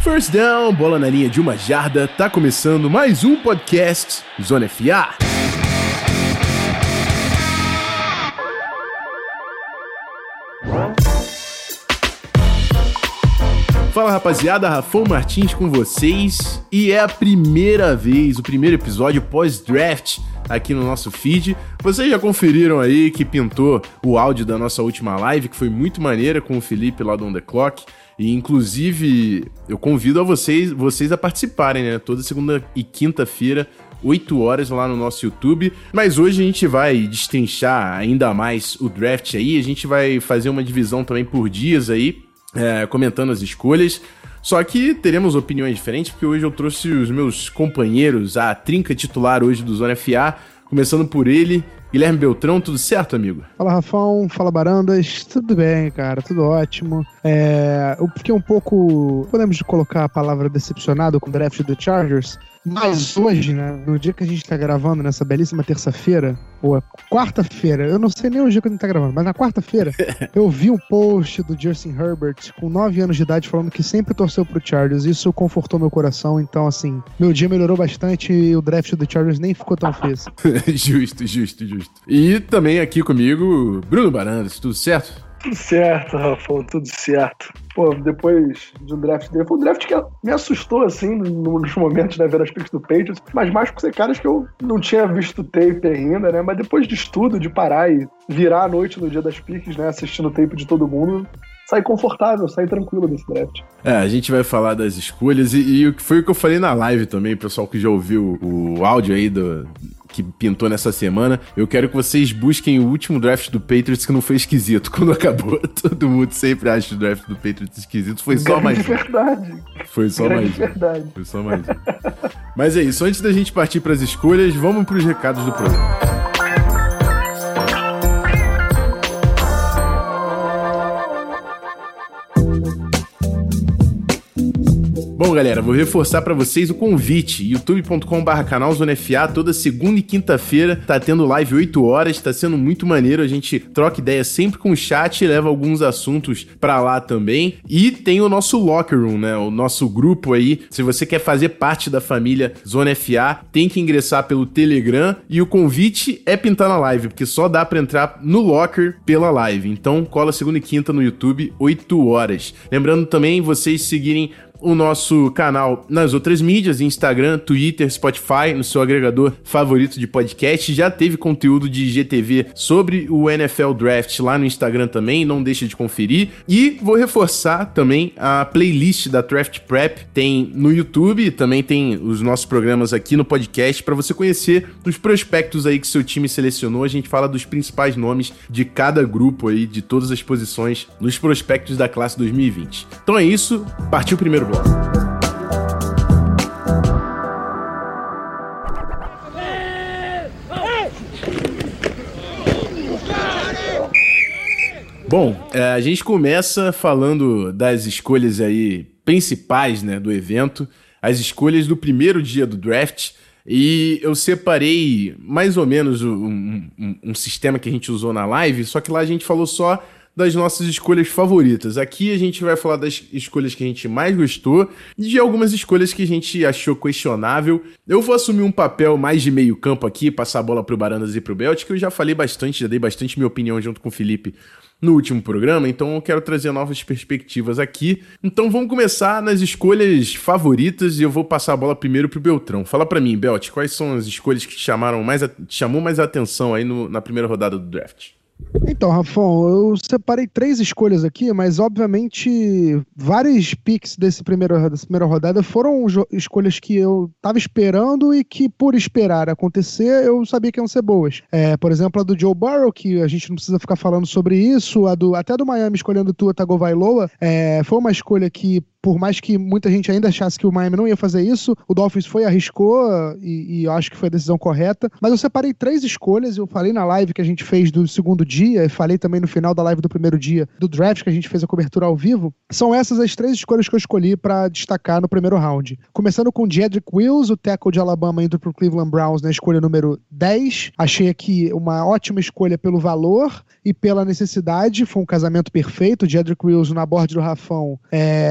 First down, bola na linha de uma jarda, tá começando mais um podcast Zona FA. Fala rapaziada, Rafão Martins com vocês e é a primeira vez, o primeiro episódio pós-draft aqui no nosso feed. Vocês já conferiram aí que pintou o áudio da nossa última live, que foi muito maneira com o Felipe lá do On The Clock. E inclusive eu convido a vocês a participarem, né? Toda segunda e quinta-feira, 8 horas lá no nosso YouTube. Mas hoje a gente vai destrinchar ainda mais o draft aí. A gente vai fazer uma divisão também por dias aí, comentando as escolhas. Só que teremos opiniões diferentes, porque hoje eu trouxe os meus companheiros, a trinca titular hoje do Zona FA, começando por ele, Guilherme Beltrão. Tudo certo, amigo? Fala, Rafão. Fala, Barandas. Tudo bem, cara. Tudo ótimo. Eu fiquei um pouco... Podemos colocar a palavra decepcionado com o draft do Chargers, mas hoje, né, no dia que a gente tá gravando, nessa belíssima terça-feira, ou quarta-feira, eu não sei nem o dia que a gente tá gravando, mas na quarta-feira, eu vi um post do Justin Herbert com 9 anos de idade falando que sempre torceu pro Chargers. Isso confortou meu coração, então assim, meu dia melhorou bastante e o draft do Chargers nem ficou tão feio. Justo. E também aqui comigo, Bruno Barandas. Tudo certo? Tudo certo, Rafa, tudo certo. Pô, depois de um draft dele, foi um draft que me assustou, assim, nos momentos, né, ver as picks do Patriots, mas mais por ser caras que eu não tinha visto tape ainda, né, mas depois de estudo, de parar e virar a noite no dia das picks, né, assistindo o tape de todo mundo, saí confortável, saí tranquilo desse draft. A gente vai falar das escolhas e foi o que eu falei na live também, pessoal que já ouviu o áudio aí que pintou nessa semana. Eu quero que vocês busquem o último draft do Patriots que não foi esquisito. Quando acabou, todo mundo sempre acha o draft do Patriots esquisito. Foi só mais um. Foi só mais um. Foi só mais um. Mas é isso. Antes da gente partir para as escolhas, vamos para os recados do programa. Bom, galera, vou reforçar pra vocês o convite. youtube.com/canal Zona FA, toda segunda e quinta-feira tá tendo live 8 horas, tá sendo muito maneiro. A gente troca ideia sempre com o chat e leva alguns assuntos pra lá também. E tem o nosso Locker Room, né? O nosso grupo aí. Se você quer fazer parte da família Zona FA, tem que ingressar pelo Telegram. E o convite é pintar na live, porque só dá pra entrar no Locker pela live. Então, cola segunda e quinta no YouTube, 8 horas. Lembrando também vocês seguirem o nosso canal nas outras mídias, Instagram, Twitter, Spotify, no seu agregador favorito de podcast. Já teve conteúdo de IGTV sobre o NFL Draft lá no Instagram também, não deixa de conferir. E vou reforçar também a playlist da Draft Prep, tem no YouTube, também tem os nossos programas aqui no podcast, para você conhecer os prospectos aí que seu time selecionou. A gente fala dos principais nomes de cada grupo aí, de todas as posições nos prospectos da classe 2020. Então é isso, partiu o primeiro bloco. Bom, a gente começa falando das escolhas aí principais, né, do evento, as escolhas do primeiro dia do draft, e eu separei mais ou menos um sistema que a gente usou na live, só que lá a gente falou só das nossas escolhas favoritas. Aqui a gente vai falar das escolhas que a gente mais gostou e de algumas escolhas que a gente achou questionável. Eu vou assumir um papel mais de meio campo aqui, passar a bola pro Barandas e pro Belt, que eu já falei bastante, já dei bastante minha opinião junto com o Felipe no último programa, então eu quero trazer novas perspectivas aqui. Então vamos começar nas escolhas favoritas e eu vou passar a bola primeiro pro Beltrão. Fala pra mim, Belt, quais são as escolhas que te chamou mais a atenção aí na primeira rodada do draft? Então, Rafão, eu separei 3 escolhas aqui, mas obviamente várias picks dessa primeira rodada foram escolhas que eu tava esperando e que, por esperar acontecer, eu sabia que iam ser boas. Por exemplo, a do Joe Burrow, que a gente não precisa ficar falando sobre isso, até do Miami escolhendo Tua Tagovailoa, foi uma escolha que, por mais que muita gente ainda achasse que o Miami não ia fazer isso, o Dolphins arriscou e eu acho que foi a decisão correta. Mas eu separei 3 escolhas, eu falei na live que a gente fez do segundo dia, e falei também no final da live do primeiro dia do draft, que a gente fez a cobertura ao vivo. São essas as 3 escolhas que eu escolhi para destacar no primeiro round. Começando com Jedrick Wills, o tackle de Alabama, indo pro Cleveland Browns na escolha número 10. Achei aqui uma ótima escolha pelo valor e pela necessidade. Foi um casamento perfeito. O Jedrick Wills, na board do Rafão, era o melhor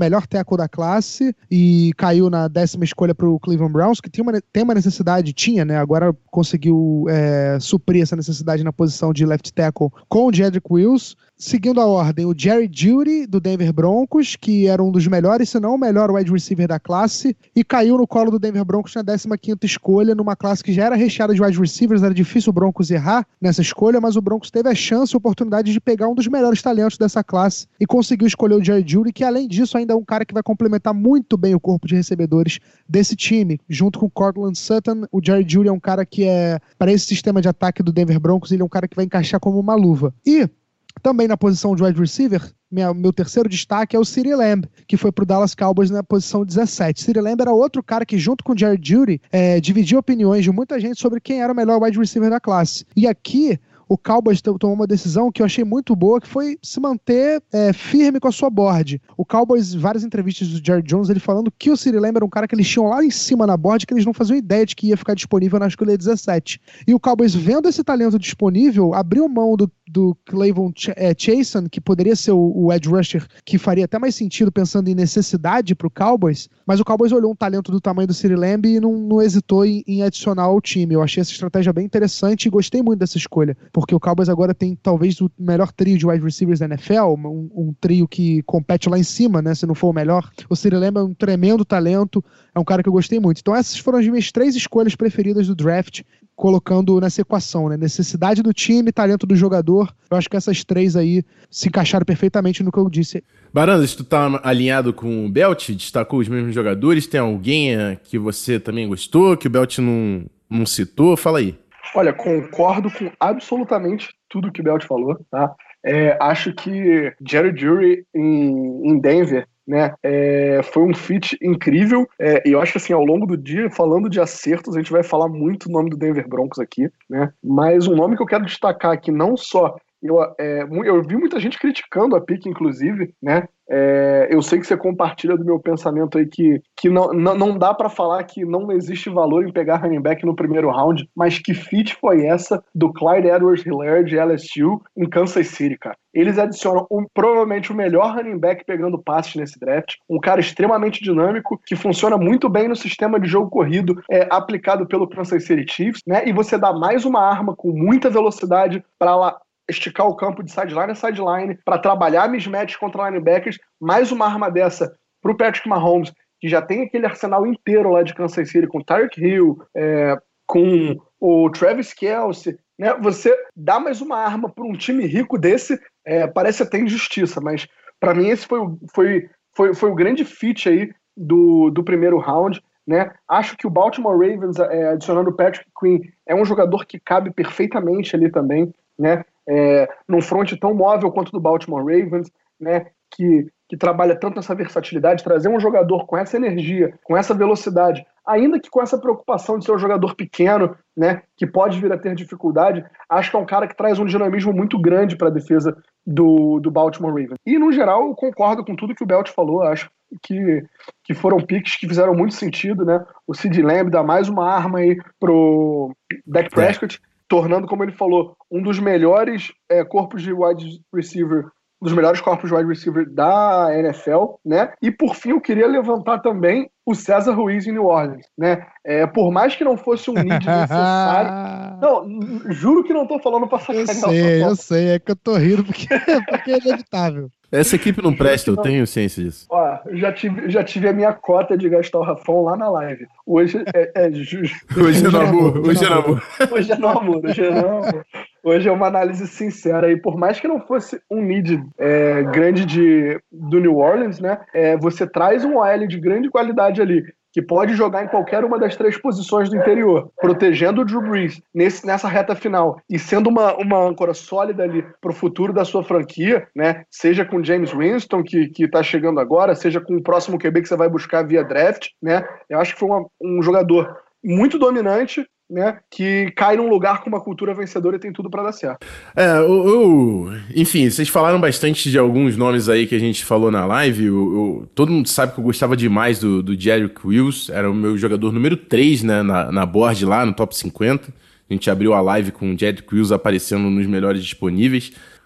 melhor tackle da classe e caiu na 10ª escolha pro Cleveland Browns, que tem uma necessidade, né? Agora conseguiu suprir essa necessidade na posição de left tackle com o Jedrick Wills. Seguindo a ordem, o Jerry Jeudy, do Denver Broncos, que era um dos melhores, se não o melhor wide receiver da classe, e caiu no colo do Denver Broncos na 15ª escolha, numa classe que já era recheada de wide receivers, era difícil o Broncos errar nessa escolha, mas o Broncos teve a chance e a oportunidade de pegar um dos melhores talentos dessa classe e conseguiu escolher o Jerry Jeudy, que além disso ainda é um cara que vai complementar muito bem o corpo de recebedores desse time. Junto com o Courtland Sutton, o Jerry Jeudy é um cara que para esse sistema de ataque do Denver Broncos, ele é um cara que vai encaixar como uma luva. E também na posição de wide receiver, meu terceiro destaque é o CeeDee Lamb, que foi pro Dallas Cowboys na posição 17. CeeDee Lamb era outro cara que, junto com o Jerry Jeudy, dividia opiniões de muita gente sobre quem era o melhor wide receiver da classe. E aqui, o Cowboys tomou uma decisão que eu achei muito boa, que foi se manter firme com a sua board. O Cowboys, várias entrevistas do Jerry Jones, ele falando que o CeeDee Lamb era um cara que eles tinham lá em cima na board, que eles não faziam ideia de que ia ficar disponível na escolha 17. E o Cowboys, vendo esse talento disponível, abriu mão do Clayvon Chason, que poderia ser o edge rusher, que faria até mais sentido pensando em necessidade pro Cowboys, mas o Cowboys olhou um talento do tamanho do CeeDee Lamb e não hesitou em adicionar ao time. Eu achei essa estratégia bem interessante e gostei muito dessa escolha, porque o Cowboys agora tem talvez o melhor trio de wide receivers da NFL, um trio que compete lá em cima, né, se não for o melhor. O CeeDee Lamb é um tremendo talento, é um cara que eu gostei muito. Então essas foram as minhas 3 escolhas preferidas do draft, colocando nessa equação, né? Necessidade do time, talento do jogador. Eu acho que essas 3 aí se encaixaram perfeitamente no que eu disse. Barandas, tu tá alinhado com o Belt? Destacou os mesmos jogadores? Tem alguém que você também gostou, que o Belt não citou? Fala aí. Olha, concordo com absolutamente tudo que o Belt falou, tá? Acho que Jerry Jeudy em Denver, né, foi um fit incrível, e eu acho que assim, ao longo do dia, falando de acertos, a gente vai falar muito o nome do Denver Broncos aqui, né, mas um nome que eu quero destacar aqui, não só eu vi muita gente criticando a pick, inclusive, né? Eu sei que você compartilha do meu pensamento aí que não dá pra falar que não existe valor em pegar running back no primeiro round, mas que fit foi essa do Clyde Edwards-Helaire de LSU em Kansas City, cara? Eles adicionam provavelmente o melhor running back pegando passes nesse draft, um cara extremamente dinâmico, que funciona muito bem no sistema de jogo corrido aplicado pelo Kansas City Chiefs, né? E você dá mais uma arma com muita velocidade para lá esticar o campo de sideline a sideline, para trabalhar mismatch contra linebackers, mais uma arma dessa pro Patrick Mahomes, que já tem aquele arsenal inteiro lá de Kansas City, com Tyreek Hill, com o Travis Kelce, né? Você dá mais uma arma para um time rico desse, parece até injustiça, mas para mim esse foi o grande fit aí do primeiro round, né? Acho que o Baltimore Ravens, adicionando o Patrick Queen, é um jogador que cabe perfeitamente ali também, né? Num front tão móvel quanto do Baltimore Ravens, né? Que trabalha tanto nessa versatilidade, trazer um jogador com essa energia, com essa velocidade, ainda que com essa preocupação de ser um jogador pequeno, né, que pode vir a ter dificuldade, acho que é um cara que traz um dinamismo muito grande para a defesa do Baltimore Ravens. E, no geral, eu concordo com tudo que o Belt falou, acho que foram picks que fizeram muito sentido, né? O CeeDee Lamb dá mais uma arma aí pro Dak Prescott, tornando, como ele falou, um dos melhores corpos de wide receiver, um dos melhores corpos de wide receiver da NFL, né? E por fim, eu queria levantar também o César Ruiz em New Orleans, né? Por mais que não fosse um need necessário... Não, juro que não tô falando pra sacanear. Eu sei, é que eu tô rindo porque é inevitável. Essa equipe não presta, eu tenho ciência disso. Ó, já tive a minha cota de gastar o Rafão lá na live. Hoje é justo. Hoje é no amor. Hoje é uma análise sincera. E por mais que não fosse um need grande do New Orleans, né? Você traz um OL de grande qualidade ali, que pode jogar em qualquer uma das 3 posições do interior, protegendo o Drew Brees nessa reta final e sendo uma âncora sólida ali pro futuro da sua franquia, né? Seja com James Winston, que tá chegando agora, seja com o próximo QB que você vai buscar via draft, né? Eu acho que foi um jogador muito dominante, né, que cai num lugar com uma cultura vencedora e tem tudo pra dar certo. Enfim, vocês falaram bastante de alguns nomes aí que a gente falou na live. Todo mundo sabe que eu gostava demais do Jedrick Wills, era o meu jogador número 3, né, na board lá, no top 50. A gente abriu a live com o Jedrick Wills aparecendo nos melhores disponíveis.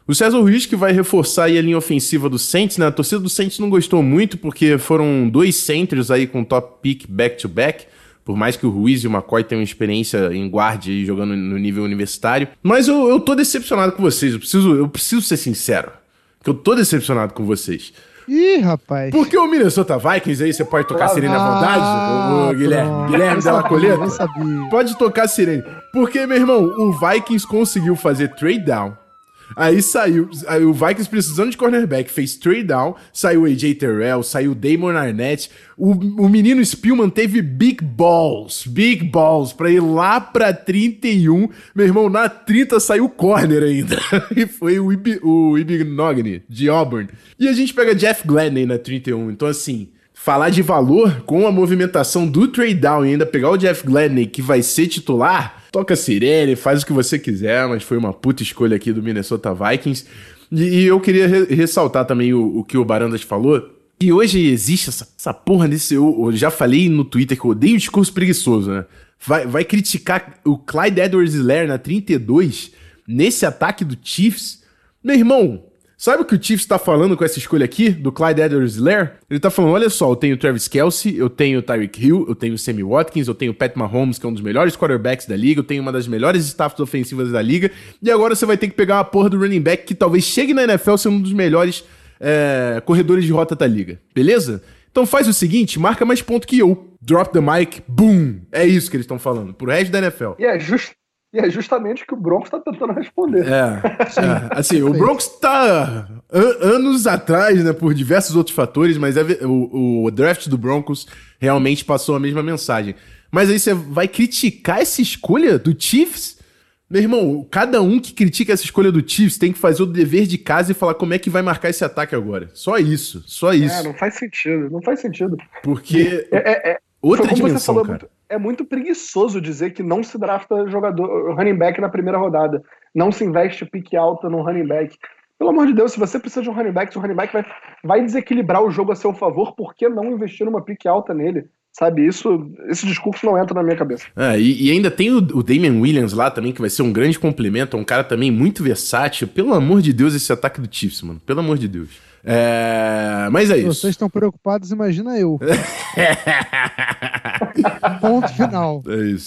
O César Ruiz que vai reforçar aí a linha ofensiva do Saints, né? A torcida do Saints não gostou muito porque foram 2 centers aí com top pick back-to-back, por mais que o Ruiz e o McCoy tenham experiência em guarda aí jogando no nível universitário. Mas eu tô decepcionado com vocês, eu preciso ser sincero, que eu tô decepcionado com vocês. Ih, rapaz. Porque o Minnesota Vikings aí, você pode tocar sirene à vontade, ô Guilherme Della Coleta? Eu sabia. Pode tocar sirene. Porque, meu irmão, o Vikings conseguiu fazer trade down. Aí o Vikings precisando de cornerback, fez trade down, saiu o AJ Terrell, saiu o Damon Arnett, o menino Spielman teve big balls pra ir lá pra 31, meu irmão, na 30 saiu o corner ainda, e foi o Ibignogany, de Auburn. E a gente pega Jeff Gladney na 31, então assim, falar de valor com a movimentação do trade down e ainda pegar o Jeff Gladney, que vai ser titular, toca sirene, faz o que você quiser, mas foi uma puta escolha aqui do Minnesota Vikings. E eu queria ressaltar também o que o Barandas falou, que hoje existe essa porra desse... Eu já falei no Twitter que eu odeio o discurso preguiçoso, né? Vai criticar o Clyde Edwards-Helaire na 32, nesse ataque do Chiefs. Meu irmão... Sabe o que o Chiefs tá falando com essa escolha aqui, do Clyde Edwards-Helaire? Ele tá falando, olha só, eu tenho o Travis Kelce, eu tenho o Tyreek Hill, eu tenho o Sammy Watkins, eu tenho o Pat Mahomes, que é um dos melhores quarterbacks da liga, eu tenho uma das melhores staffs ofensivas da liga, e agora você vai ter que pegar uma porra do running back que talvez chegue na NFL sendo um dos melhores corredores de rota da liga, beleza? Então faz o seguinte, marca mais ponto que eu. Drop the mic, boom! É isso que eles estão falando, pro resto da NFL. E é justamente o que o Broncos tá tentando responder. Assim, o Broncos tá anos atrás, né, por diversos outros fatores, mas o draft do Broncos realmente passou a mesma mensagem. Mas aí você vai criticar essa escolha do Chiefs? Meu irmão, cada um que critica essa escolha do Chiefs tem que fazer o dever de casa e falar como é que vai marcar esse ataque agora. Só isso. Não faz sentido. Porque outra dimensão, falou, cara. É muito preguiçoso dizer que não se drafta running back na primeira rodada. Não se investe pique alta no running back. Pelo amor de Deus, se você precisa de um running back, se o running back vai desequilibrar o jogo a seu favor, por que não investir numa pique alta nele? Sabe, esse discurso não entra na minha cabeça. E ainda tem o Damian Williams lá também, que vai ser um grande complemento, é um cara também muito versátil. Pelo amor de Deus, esse ataque do Chiefs, mano. Pelo amor de Deus. Mas é isso. Vocês estão preocupados, imagina eu. Ponto final.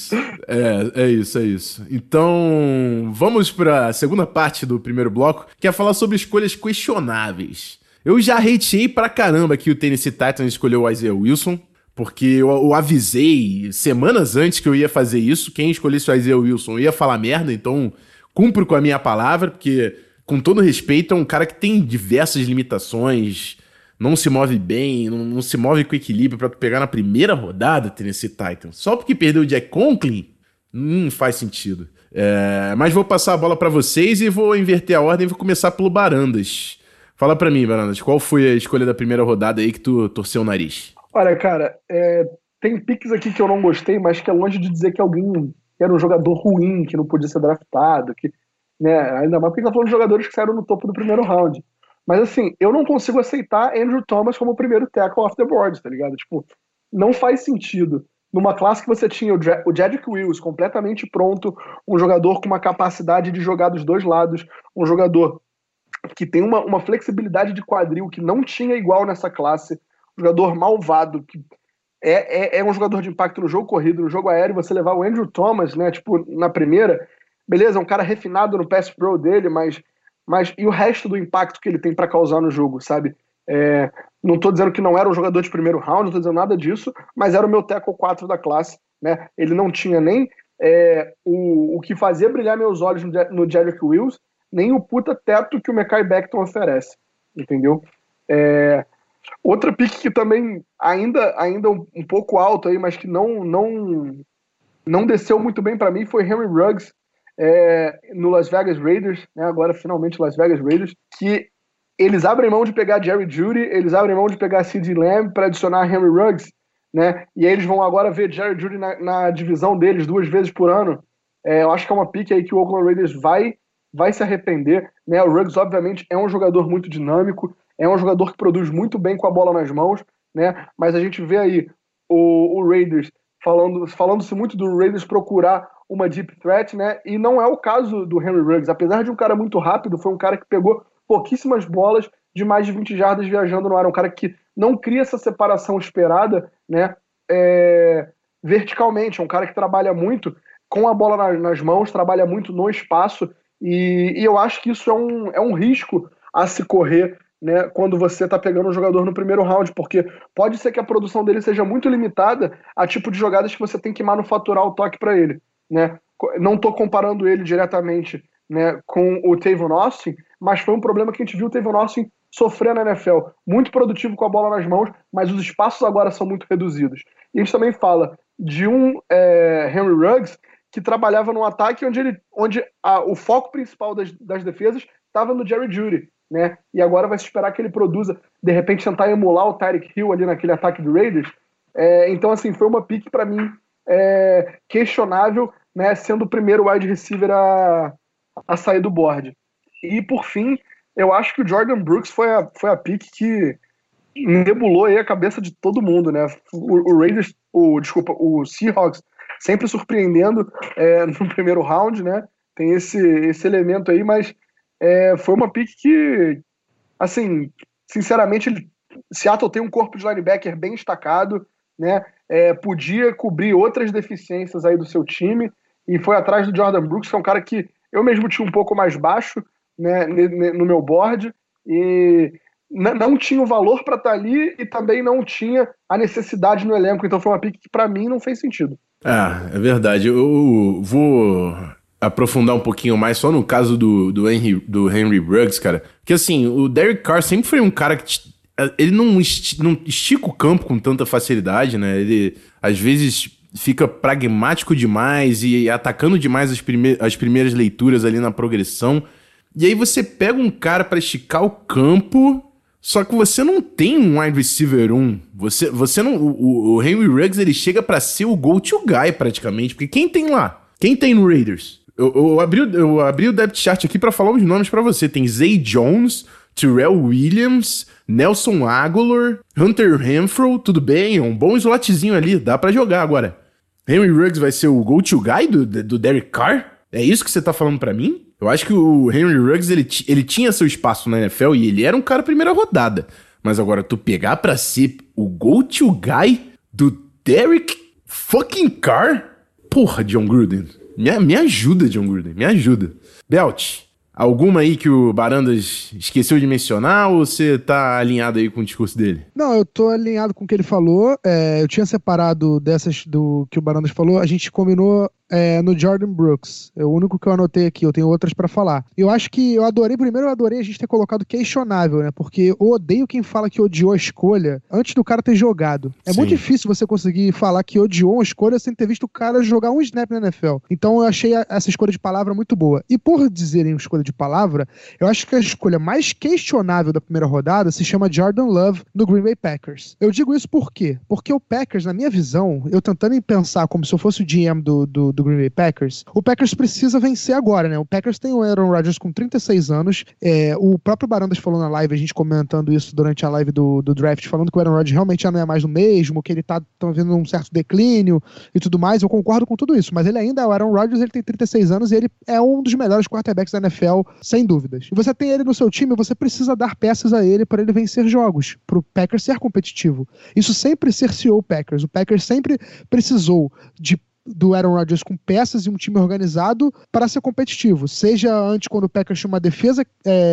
É isso. Então, vamos para a segunda parte do primeiro bloco, que é falar sobre escolhas questionáveis. Eu já hateei pra caramba que o Tennessee Titans escolheu o Isaiah Wilson, porque eu avisei semanas antes que eu ia fazer isso. Quem escolhesse o Isaiah Wilson ia falar merda, então cumpro com a minha palavra, porque, com todo respeito, é um cara que tem diversas limitações, não se move bem, não se move com equilíbrio pra tu pegar na primeira rodada, Tennessee Titans. Só porque perdeu o Jack Conklin, não faz sentido. Mas vou passar a bola pra vocês e vou inverter a ordem e vou começar pelo Barandas. Fala pra mim, Barandas, qual foi a escolha da primeira rodada aí que tu torceu o nariz? Olha, cara, tem picks aqui que eu não gostei, mas que é longe de dizer que alguém era um jogador ruim, que não podia ser draftado, que, né, ainda mais porque tá falando de jogadores que saíram no topo do primeiro round. Mas assim, eu não consigo aceitar Andrew Thomas como o primeiro tackle off the board, tá ligado? Tipo, não faz sentido. Numa classe que você tinha o Jedrick Wills completamente pronto, um jogador com uma capacidade de jogar dos dois lados, um jogador que tem uma flexibilidade de quadril que não tinha igual nessa classe, um jogador malvado, que é um jogador de impacto no jogo corrido, no jogo aéreo. Você levar o Andrew Thomas, né, tipo, na primeira, beleza, é um cara refinado no pass pro dele, mas e o resto do impacto que ele tem pra causar no jogo, sabe? Não tô dizendo que não era um jogador de primeiro round, não tô dizendo nada disso, mas era o meu tackle 4 da classe, né? Ele não tinha nem o que fazia brilhar meus olhos no Jedrick Wills, nem o puta teto que o Mekhi Becton oferece, entendeu? Outra pick que também ainda um pouco alto aí, mas que não desceu muito bem pra mim, foi Henry Ruggs no Las Vegas Raiders, né? Agora finalmente Las Vegas Raiders, que eles abrem mão de pegar Jerry Jeudy, eles abrem mão de pegar CeeDee Lamb para adicionar Henry Ruggs, né? E aí eles vão agora ver Jerry Jeudy na divisão deles 2 vezes por ano. Eu acho que é uma pick aí que o Oakland Raiders vai se arrepender, né? O Ruggs, obviamente, é um jogador muito dinâmico, é um jogador que produz muito bem com a bola nas mãos, né? Mas a gente vê aí o Raiders falando-se muito do Raiders procurar uma deep threat, né? E não é o caso do Henry Ruggs. Apesar de um cara muito rápido, foi um cara que pegou pouquíssimas bolas de mais de 20 jardas viajando no ar. Um cara que não cria essa separação esperada, né? Verticalmente. É um cara que trabalha muito com a bola nas mãos, trabalha muito no espaço. E eu acho que isso é um risco a se correr, né, quando você está pegando um jogador no primeiro round, porque pode ser que a produção dele seja muito limitada a tipo de jogadas que você tem que manufaturar o toque para ele, né? Não estou comparando ele diretamente, né, com o Tavon Austin, mas foi um problema que a gente viu o Tavon Austin sofrer na NFL. Muito produtivo com a bola nas mãos, mas os espaços agora são muito reduzidos. E a gente também fala de um Henry Ruggs que trabalhava num ataque onde o foco principal das defesas estava no Jerry Jeudy, né? E agora vai se esperar que ele produza, de repente tentar emular o Tyreek Hill ali naquele ataque do Raiders. Então, assim, foi uma pick para mim questionável, né? Sendo o primeiro wide receiver a sair do board. E por fim, eu acho que o Jordan Brooks foi a pick que nebulou aí a cabeça de todo mundo, né? O Seahawks sempre surpreendendo no primeiro round, né? Tem esse elemento aí, mas foi uma pick que, assim, sinceramente, Seattle tem um corpo de linebacker bem destacado, né? Podia cobrir outras deficiências aí do seu time e foi atrás do Jordan Brooks, que é um cara que eu mesmo tinha um pouco mais baixo, né, no meu board, e não tinha o valor para estar ali e também não tinha a necessidade no elenco, então foi uma pick que para mim não fez sentido. É verdade. Eu vou aprofundar um pouquinho mais só no caso do Henry Ruggs, cara. Porque assim, o Derek Carr sempre foi um cara que ele não estica o campo com tanta facilidade, né? Ele às vezes fica pragmático demais e atacando demais as primeiras leituras ali na progressão. E aí você pega um cara pra esticar o campo, só que você não tem um wide receiver 1. Você não. O Henry Ruggs, ele chega pra ser o go-to guy praticamente. Porque quem tem lá? Quem tem no Raiders? Eu abri o depth chart aqui pra falar os nomes pra você. Tem Zay Jones, Terrell Williams, Nelson Agholor, Hunter Renfrow. Tudo bem, é um bom slotzinho ali, dá pra jogar agora. Henry Ruggs vai ser o go-to guy do Derek Carr? É isso que você tá falando pra mim? Eu acho que o Henry Ruggs, ele tinha seu espaço na NFL e ele era um cara primeira rodada. Mas agora, tu pegar pra ser o go-to guy do Derek fucking Carr? Porra, John Gruden. Me ajuda, John Gruden, me ajuda. Belt, alguma aí que o Barandas esqueceu de mencionar ou você tá alinhado aí com o discurso dele? Não, eu tô alinhado com o que ele falou. Eu tinha separado dessas do que o Barandas falou. A gente combinou no Jordan Brooks. É o único que eu anotei aqui. Eu tenho outras pra falar. Eu acho que eu adorei a gente ter colocado questionável, né? Porque eu odeio quem fala que odiou a escolha antes do cara ter jogado. É Sim. muito difícil você conseguir falar que odiou uma escolha sem ter visto o cara jogar um snap na NFL. Então eu achei essa escolha de palavra muito boa. E por dizerem escolha de palavra, eu acho que a escolha mais questionável da primeira rodada se chama Jordan Love no Green Bay Packers. Eu digo isso por quê? Porque o Packers, na minha visão, eu tentando pensar como se eu fosse o GM do Green Bay Packers, o Packers precisa vencer agora, né? O Packers tem o Aaron Rodgers com 36 anos, o próprio Barandas falou na live, a gente comentando isso durante a live do draft, falando que o Aaron Rodgers realmente já não é mais o mesmo, que ele tá vendo um certo declínio e tudo mais. Eu concordo com tudo isso, mas ele ainda é o Aaron Rodgers, ele tem 36 anos e ele é um dos melhores quarterbacks da NFL, sem dúvidas. E você tem ele no seu time, você precisa dar peças a ele para ele vencer jogos, pro Packers ser competitivo. Isso sempre cerceou o Packers. O Packers sempre precisou do Aaron Rodgers com peças e um time organizado para ser competitivo. Seja antes quando o Packers tinha uma defesa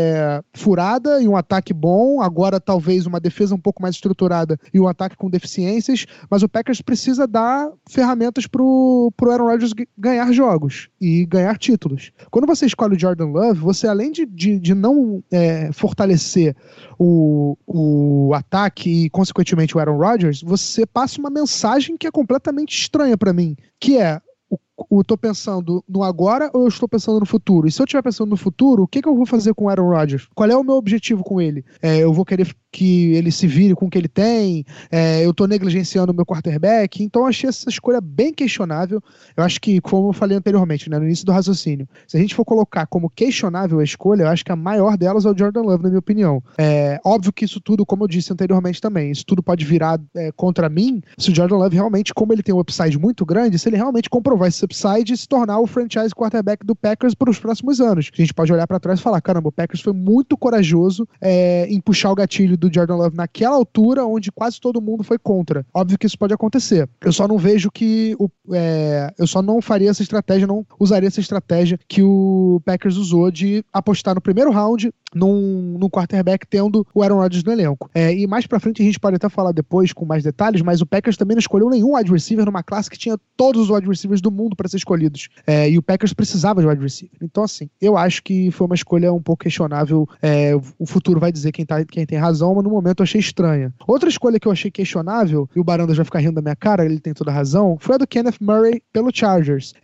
furada e um ataque bom, agora talvez uma defesa um pouco mais estruturada e um ataque com deficiências, mas o Packers precisa dar ferramentas pro Aaron Rodgers ganhar jogos e ganhar títulos. Quando você escolhe o Jordan Love, você além de não fortalecer o ataque e consequentemente o Aaron Rodgers, você passa uma mensagem que é completamente estranha para mim, que é, eu tô pensando no agora ou eu estou pensando no futuro? E se eu estiver pensando no futuro, o que eu vou fazer com o Aaron Rodgers? Qual é o meu objetivo com ele? Eu vou querer que ele se vire com o que ele tem? Eu tô negligenciando o meu quarterback? Então eu achei essa escolha bem questionável. Eu acho que, como eu falei anteriormente, né, no início do raciocínio, se a gente for colocar como questionável a escolha, eu acho que a maior delas é o Jordan Love, na minha opinião. Óbvio que isso tudo, como eu disse anteriormente também, isso tudo pode virar contra mim se o Jordan Love realmente, como ele tem um upside muito grande, se ele realmente comprovar esse upside e se tornar o franchise quarterback do Packers para os próximos anos. A gente pode olhar para trás e falar, caramba, o Packers foi muito corajoso em puxar o gatilho do Jordan Love naquela altura onde quase todo mundo foi contra. Óbvio que isso pode acontecer. Eu só não vejo que eu só não faria essa estratégia, não usaria essa estratégia que o Packers usou de apostar no primeiro round num quarterback tendo o Aaron Rodgers no elenco. E mais pra frente a gente pode até falar depois com mais detalhes, mas o Packers também não escolheu nenhum wide receiver numa classe que tinha todos os wide receivers do mundo para ser escolhidos. E o Packers precisava de wide receiver. Então, assim, eu acho que foi uma escolha um pouco questionável. O futuro vai dizer quem tem razão, mas no momento eu achei estranha. Outra escolha que eu achei questionável, e o Barandas vai ficar rindo da minha cara, ele tem toda a razão, foi a do Kenneth Murray pelo Chargers.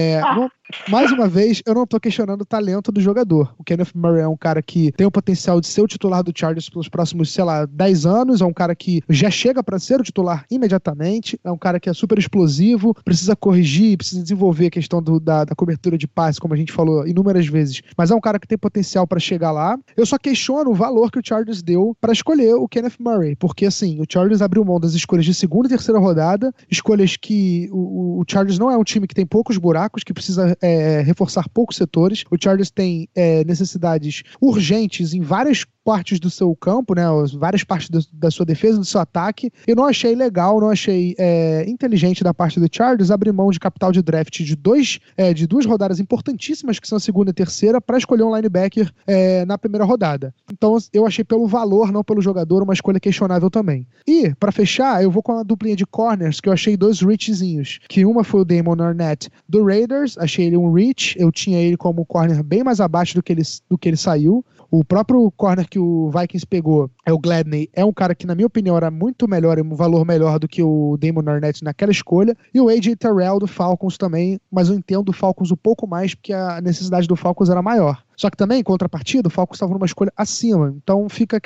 Mais uma vez, eu não tô questionando o talento do jogador. O Kenneth Murray é um cara que tem o potencial de ser o titular do Chargers pelos próximos, 10 anos, é um cara que já chega pra ser o titular imediatamente, é um cara que é super explosivo, precisa corrigir, precisa desenvolver a questão da cobertura de passe, como a gente falou inúmeras vezes, mas é um cara que tem potencial pra chegar lá. Eu só questiono o valor que o Chargers deu pra escolher o Kenneth Murray, porque assim, o Chargers abriu mão das escolhas de segunda e terceira rodada, escolhas que o Chargers não é um time que tem poucos buracos, que precisa reforçar poucos setores. O Chargers tem necessidades urgentes em várias partes do seu campo, né, várias partes da sua defesa, do seu ataque. Eu não achei legal, não achei inteligente da parte do Chargers abrir mão de capital de draft de duas rodadas importantíssimas, que são a segunda e terceira, para escolher um linebacker na primeira rodada. Então eu achei pelo valor, não pelo jogador, uma escolha questionável também. E, para fechar, eu vou com a duplinha de corners, que eu achei dois reachzinhos, que uma foi o Damon Arnett do Raiders, achei ele um reach, eu tinha ele como corner bem mais abaixo do que ele saiu. O próprio corner que o Vikings pegou, o Gladney, é um cara que, na minha opinião, era muito melhor, um valor melhor do que o Damon Arnett naquela escolha. E o A.J. Terrell do Falcons também, mas eu entendo o Falcons um pouco mais, porque a necessidade do Falcons era maior. Só que também, em contrapartida, o Falcons estava numa escolha acima. Então fica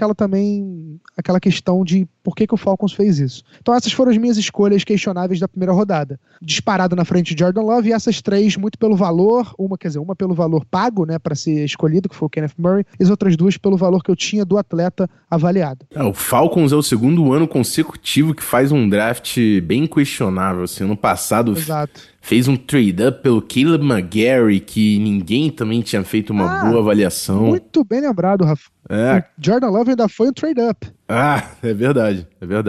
aquela questão de por que o Falcons fez isso. Então essas foram as minhas escolhas questionáveis da primeira rodada. Disparado na frente de Jordan Love, e essas três muito pelo valor, uma pelo valor pago, né, para ser escolhido, que foi o Kenneth Murray, e as outras duas pelo valor que eu tinha do atleta avaliado. O Falcons é o segundo ano consecutivo que faz um draft bem questionável. Assim, ano passado fez um trade-up pelo Caleb McGarry, que ninguém também tinha feito uma boa avaliação. Muito bem lembrado, Rafa. O Jordan Love ainda foi um trade-up. É verdade.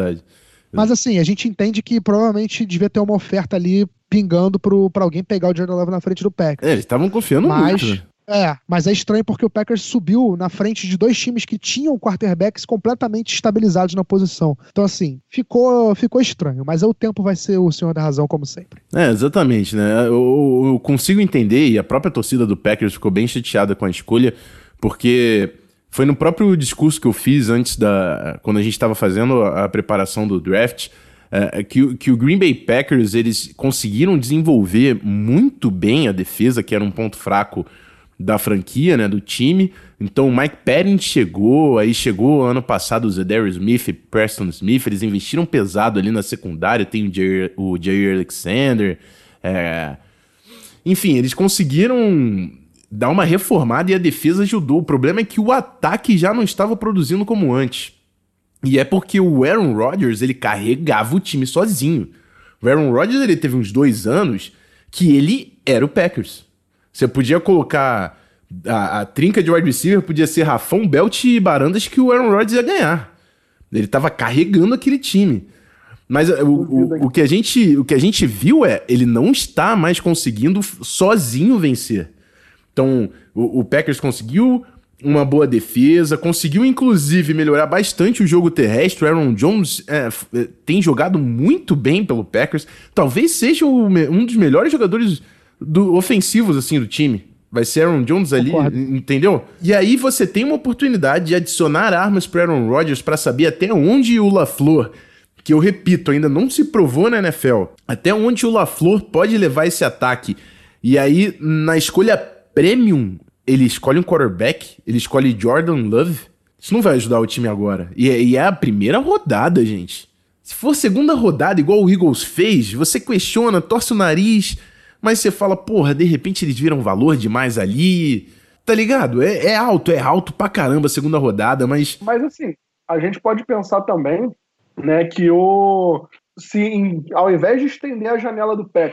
Mas assim, a gente entende que provavelmente devia ter uma oferta ali pingando pra alguém pegar o Jordan Love na frente do Packers. Eles estavam confiando muito, né? Mas é estranho porque o Packers subiu na frente de dois times que tinham quarterbacks completamente estabilizados na posição. Então, assim, ficou estranho, mas o tempo vai ser o senhor da razão, como sempre. Exatamente, né? Eu consigo entender, e a própria torcida do Packers ficou bem chateada com a escolha, porque foi no próprio discurso que eu fiz quando a gente estava fazendo a preparação do draft, que o Green Bay Packers, eles conseguiram desenvolver muito bem a defesa, que era um ponto fraco da franquia, né, do time. Então o Mike Pettin chegou ano passado o Zedarius Smith e Preston Smith, eles investiram pesado ali na secundária, tem o Jair Alexander, enfim, eles conseguiram dar uma reformada e a defesa ajudou. O problema é que o ataque já não estava produzindo como antes. E é porque o Aaron Rodgers, ele carregava o time sozinho. O Aaron Rodgers, ele teve uns 2 anos que ele era o Packers. Você podia colocar a trinca de wide receiver, podia ser Rafão, Belt e Barandas, que o Aaron Rodgers ia ganhar. Ele tava carregando aquele time. Mas o que a gente viu ele não está mais conseguindo sozinho vencer. Então, o Packers conseguiu uma boa defesa, conseguiu inclusive melhorar bastante o jogo terrestre. O Aaron Jones tem jogado muito bem pelo Packers. Talvez seja um dos melhores jogadores ofensivos assim do time. Vai ser Aaron Jones ali, entendeu? E aí você tem uma oportunidade de adicionar armas para Aaron Rodgers para saber até onde o LaFleur, que eu repito, ainda não se provou na NFL, até onde o LaFleur pode levar esse ataque. E aí, na escolha premium, ele escolhe um quarterback, ele escolhe Jordan Love. Isso não vai ajudar o time agora. E é a primeira rodada, gente. Se for segunda rodada, igual o Eagles fez, você questiona, torce o nariz, mas você fala, porra, de repente eles viram valor demais ali, tá ligado? É alto pra caramba a segunda rodada, mas... Mas assim, a gente pode pensar também, né, que ao invés de estender a janela do Packers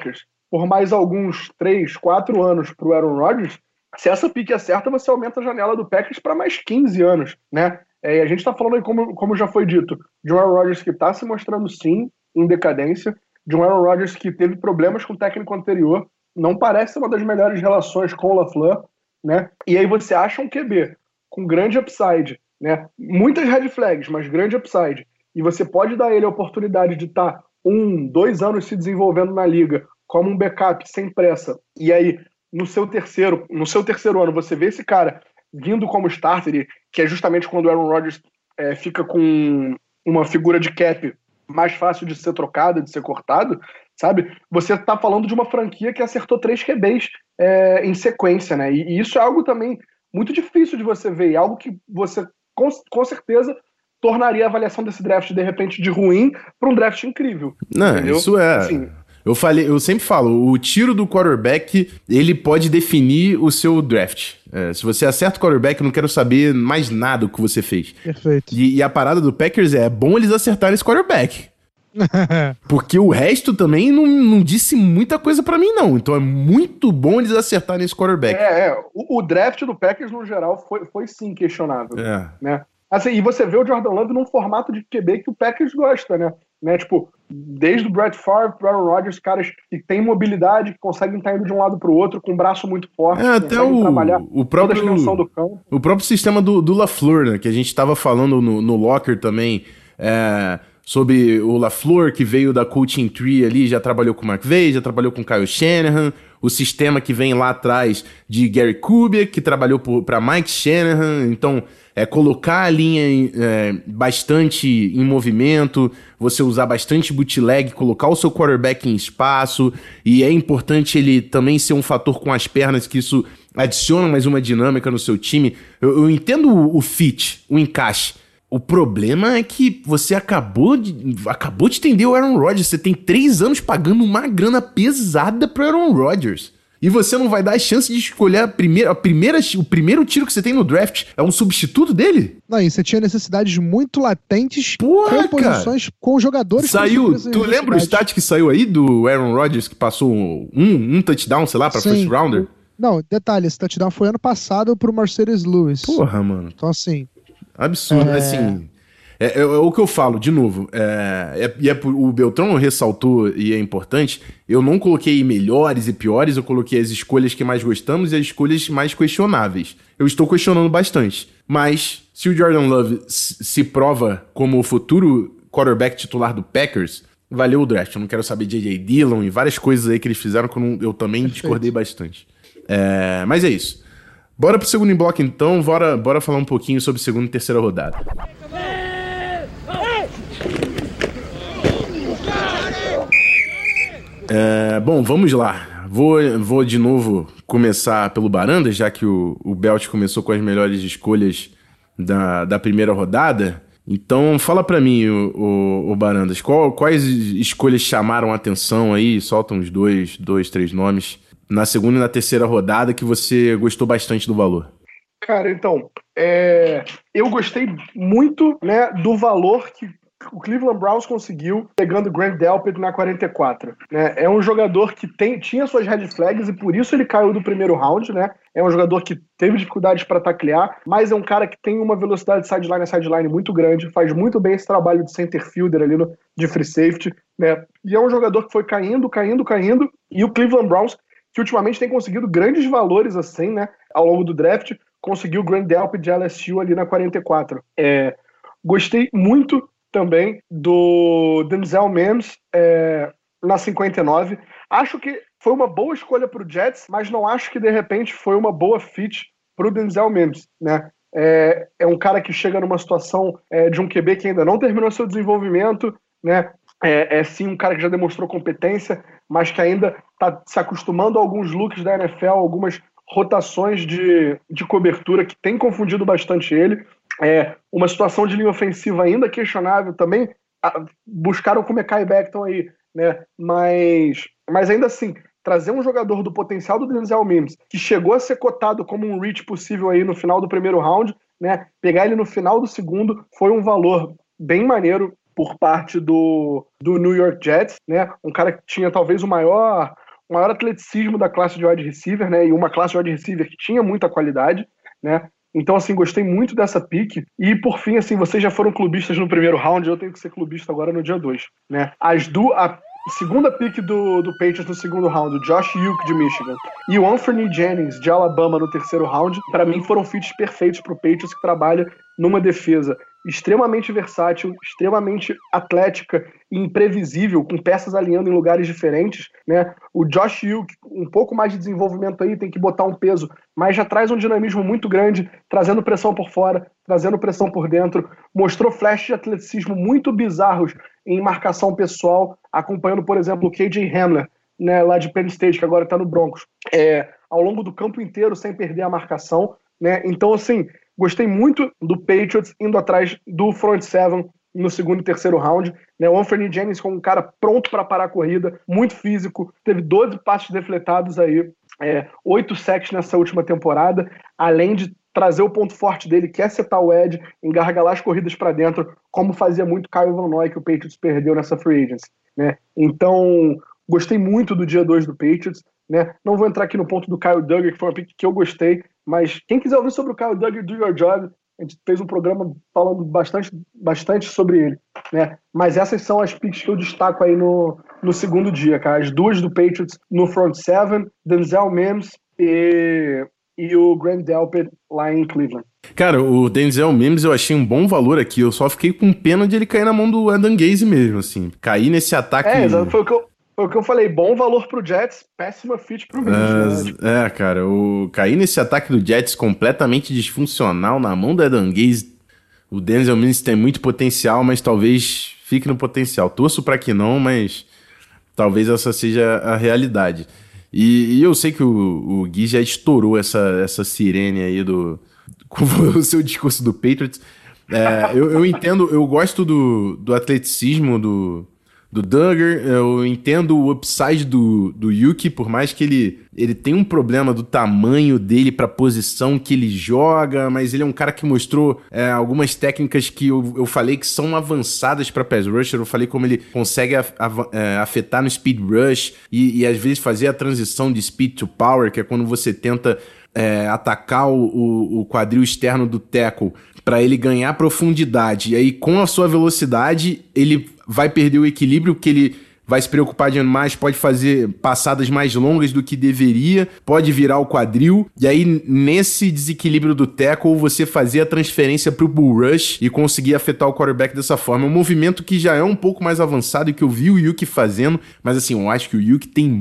por mais alguns 3, 4 anos para o Aaron Rodgers, se essa pique acerta, você aumenta a janela do Packers para mais 15 anos, né? E a gente está falando aí, como já foi dito, de um Aaron Rodgers que está se mostrando sim em decadência, de um Aaron Rodgers que teve problemas com o técnico anterior, não parece uma das melhores relações com o LaFleur, né? E aí você acha um QB com grande upside, né? Muitas red flags, mas grande upside. E você pode dar ele a oportunidade de estar 1, 2 anos se desenvolvendo na liga como um backup sem pressa. E aí, no seu terceiro ano, você vê esse cara vindo como starter, que é justamente quando o Aaron Rodgers fica com uma figura de cap mais fácil de ser trocado, de ser cortado, sabe? Você está falando de uma franquia que acertou 3 QBs em sequência, né? E isso é algo também muito difícil de você ver, e algo que você, com certeza, tornaria a avaliação desse draft, de repente, de ruim para um draft incrível. Não, entendeu? isso é... Assim, eu sempre falo, o tiro do quarterback, ele pode definir o seu draft. Se você acerta o quarterback, eu não quero saber mais nada do que você fez. Perfeito. E a parada do Packers é bom eles acertarem esse quarterback. Porque o resto também não disse muita coisa pra mim, não. Então é muito bom eles acertarem esse quarterback. O draft do Packers, no geral, foi sim questionável. Né? Assim, e você vê o Jordan Love num formato de QB que o Packers gosta, né? Tipo, desde o Brett Favre pro Aaron Rodgers, caras que têm mobilidade, que conseguem estar indo de um lado pro outro, com um braço muito forte, até trabalhar o próprio, toda a extensão do campo. O próprio sistema do LaFleur, né? Que a gente tava falando no Locker também, sobre o LaFleur, que veio da coaching tree ali, já trabalhou com o McVay, já trabalhou com o Kyle Shanahan, o sistema que vem lá atrás de Gary Kubiak, que trabalhou para Mike Shanahan. Então, colocar a linha bastante em movimento, você usar bastante bootleg, colocar o seu quarterback em espaço, e é importante ele também ser um fator com as pernas, que isso adiciona mais uma dinâmica no seu time. Eu entendo o fit, o encaixe. O problema é que você acabou de entender o Aaron Rodgers. Você tem 3 anos pagando uma grana pesada pro Aaron Rodgers. E você não vai dar a chance de escolher o primeiro tiro que você tem no draft. É um substituto dele? Não, e você tinha necessidades muito latentes Porra, com posições, com jogadores. Tu lembra o stat que saiu aí do Aaron Rodgers, que passou um touchdown, sei lá, pra Sim. first rounder? Não, detalhe, esse touchdown foi ano passado pro Mercedes Lewis. Porra, mano. Então, assim... Absurdo, assim... É o que eu falo, de novo, o Beltrão ressaltou, e é importante, eu não coloquei melhores e piores, eu coloquei as escolhas que mais gostamos e as escolhas mais questionáveis. Eu estou questionando bastante, mas se o Jordan Love se prova como o futuro quarterback titular do Packers, valeu o draft. Eu não quero saber de J.J. Dillon e várias coisas aí que eles fizeram que eu também discordei bastante. Mas é isso. Bora pro segundo bloco então, bora falar um pouquinho sobre segunda e terceira rodada. Bom, vamos lá. Vou de novo começar pelo Barandas, já que o Belt começou com as melhores escolhas da primeira rodada. Então, fala pra mim, o Barandas, quais escolhas chamaram a atenção aí? Solta uns 2, 3 nomes na segunda e na terceira rodada que você gostou bastante do valor. Cara, então, eu gostei muito, né, do valor que o Cleveland Browns conseguiu pegando o Grant Delpit na 44. Né? É um jogador que tinha suas red flags e por isso ele caiu do primeiro round. Né? É um jogador que teve dificuldades para taclear, mas é um cara que tem uma velocidade sideline a sideline muito grande, faz muito bem esse trabalho de center fielder ali de free safety. Né? E é um jogador que foi caindo, e o Cleveland Browns, que ultimamente tem conseguido grandes valores assim, né, ao longo do draft, conseguiu o Grant Delpit de LSU ali na 44. Gostei muito também do Denzel Mims na 59. Acho que foi uma boa escolha para o Jets, mas não acho que de repente foi uma boa fit para o Denzel Mims, né? É um cara que chega numa situação de um QB que ainda não terminou seu desenvolvimento, né? Sim um cara que já demonstrou competência, mas que ainda está se acostumando a alguns looks da NFL, algumas rotações de cobertura que tem confundido bastante ele. Uma situação de linha ofensiva ainda questionável também. Buscaram com o Mekhi Becton aí, né? Mas ainda assim, trazer um jogador do potencial do Denzel Mims, que chegou a ser cotado como um reach possível aí no final do primeiro round, né? Pegar ele no final do segundo foi um valor bem maneiro por parte do New York Jets, né? Um cara que tinha talvez o maior maior atleticismo da classe de wide receiver, né? E uma classe de wide receiver que tinha muita qualidade, né? Então, assim, gostei muito dessa pick. E, por fim, assim, vocês já foram clubistas no primeiro round, eu tenho que ser clubista agora no dia 2, né? A segunda pick do Patriots no segundo round, o Josh Uke de Michigan, e o Anthony Jennings de Alabama no terceiro round, para mim foram fits perfeitos pro Patriots, que trabalha numa defesa extremamente versátil, extremamente atlética e imprevisível, com peças alinhando em lugares diferentes, né? O Josh Uke, um pouco mais de desenvolvimento aí, tem que botar um peso, mas já traz um dinamismo muito grande, trazendo pressão por fora, trazendo pressão por dentro, mostrou flashes de atleticismo muito bizarros em marcação pessoal, acompanhando, por exemplo, o KJ Hamler, né, lá de Penn State, que agora está no Broncos, ao longo do campo inteiro, sem perder a marcação, né? Então, assim, gostei muito do Patriots indo atrás do front seven no segundo e terceiro round, né? O Anthony Jennings como um cara pronto para parar a corrida, muito físico, teve 12 passes defletados aí, 8 sacks nessa última temporada, além de trazer o ponto forte dele, que é setar o edge, engargalar as corridas para dentro, como fazia muito Kyle Van Noy, que o Patriots perdeu nessa free agency, né? Então, gostei muito do dia 2 do Patriots, né? Não vou entrar aqui no ponto do Kyle Duggar, que foi uma pick que eu gostei, mas quem quiser ouvir sobre o Kyle Duggar do Your Job, a gente fez um programa falando bastante sobre ele, né? Mas essas são as picks que eu destaco aí no segundo dia, cara. As duas do Patriots no front seven, Denzel Mims e o Grant Delpit lá em Cleveland. Cara, o Denzel Mims eu achei um bom valor aqui, eu só fiquei com pena de ele cair na mão do Adam Gase mesmo, assim. Cair nesse ataque... Foi o que eu falei, bom valor pro Jets, péssima fit pro Mims. Cara, cair nesse ataque do Jets completamente disfuncional na mão do Adam Gase, o Denzel Mims tem muito potencial, mas talvez fique no potencial. Torço pra que não, mas talvez essa seja a realidade. E eu sei que o Gui já estourou essa sirene aí com o seu discurso do Patriots. Eu entendo, eu gosto do atleticismo do Duggar, eu entendo o upside do Uke, por mais que ele tenha um problema do tamanho dele pra posição que ele joga, mas ele é um cara que mostrou algumas técnicas que eu falei que são avançadas pra pass rusher, eu falei como ele consegue afetar no speed rush e às vezes fazer a transição de speed to power, que é quando você tenta atacar o quadril externo do tackle para ele ganhar profundidade, e aí com a sua velocidade ele vai perder o equilíbrio, que ele vai se preocupar demais, pode fazer passadas mais longas do que deveria, pode virar o quadril, e aí nesse desequilíbrio do tackle você fazer a transferência pro bull rush e conseguir afetar o quarterback dessa forma. É um movimento que já é um pouco mais avançado e que eu vi o Uke fazendo, mas assim, eu acho que o Uke tem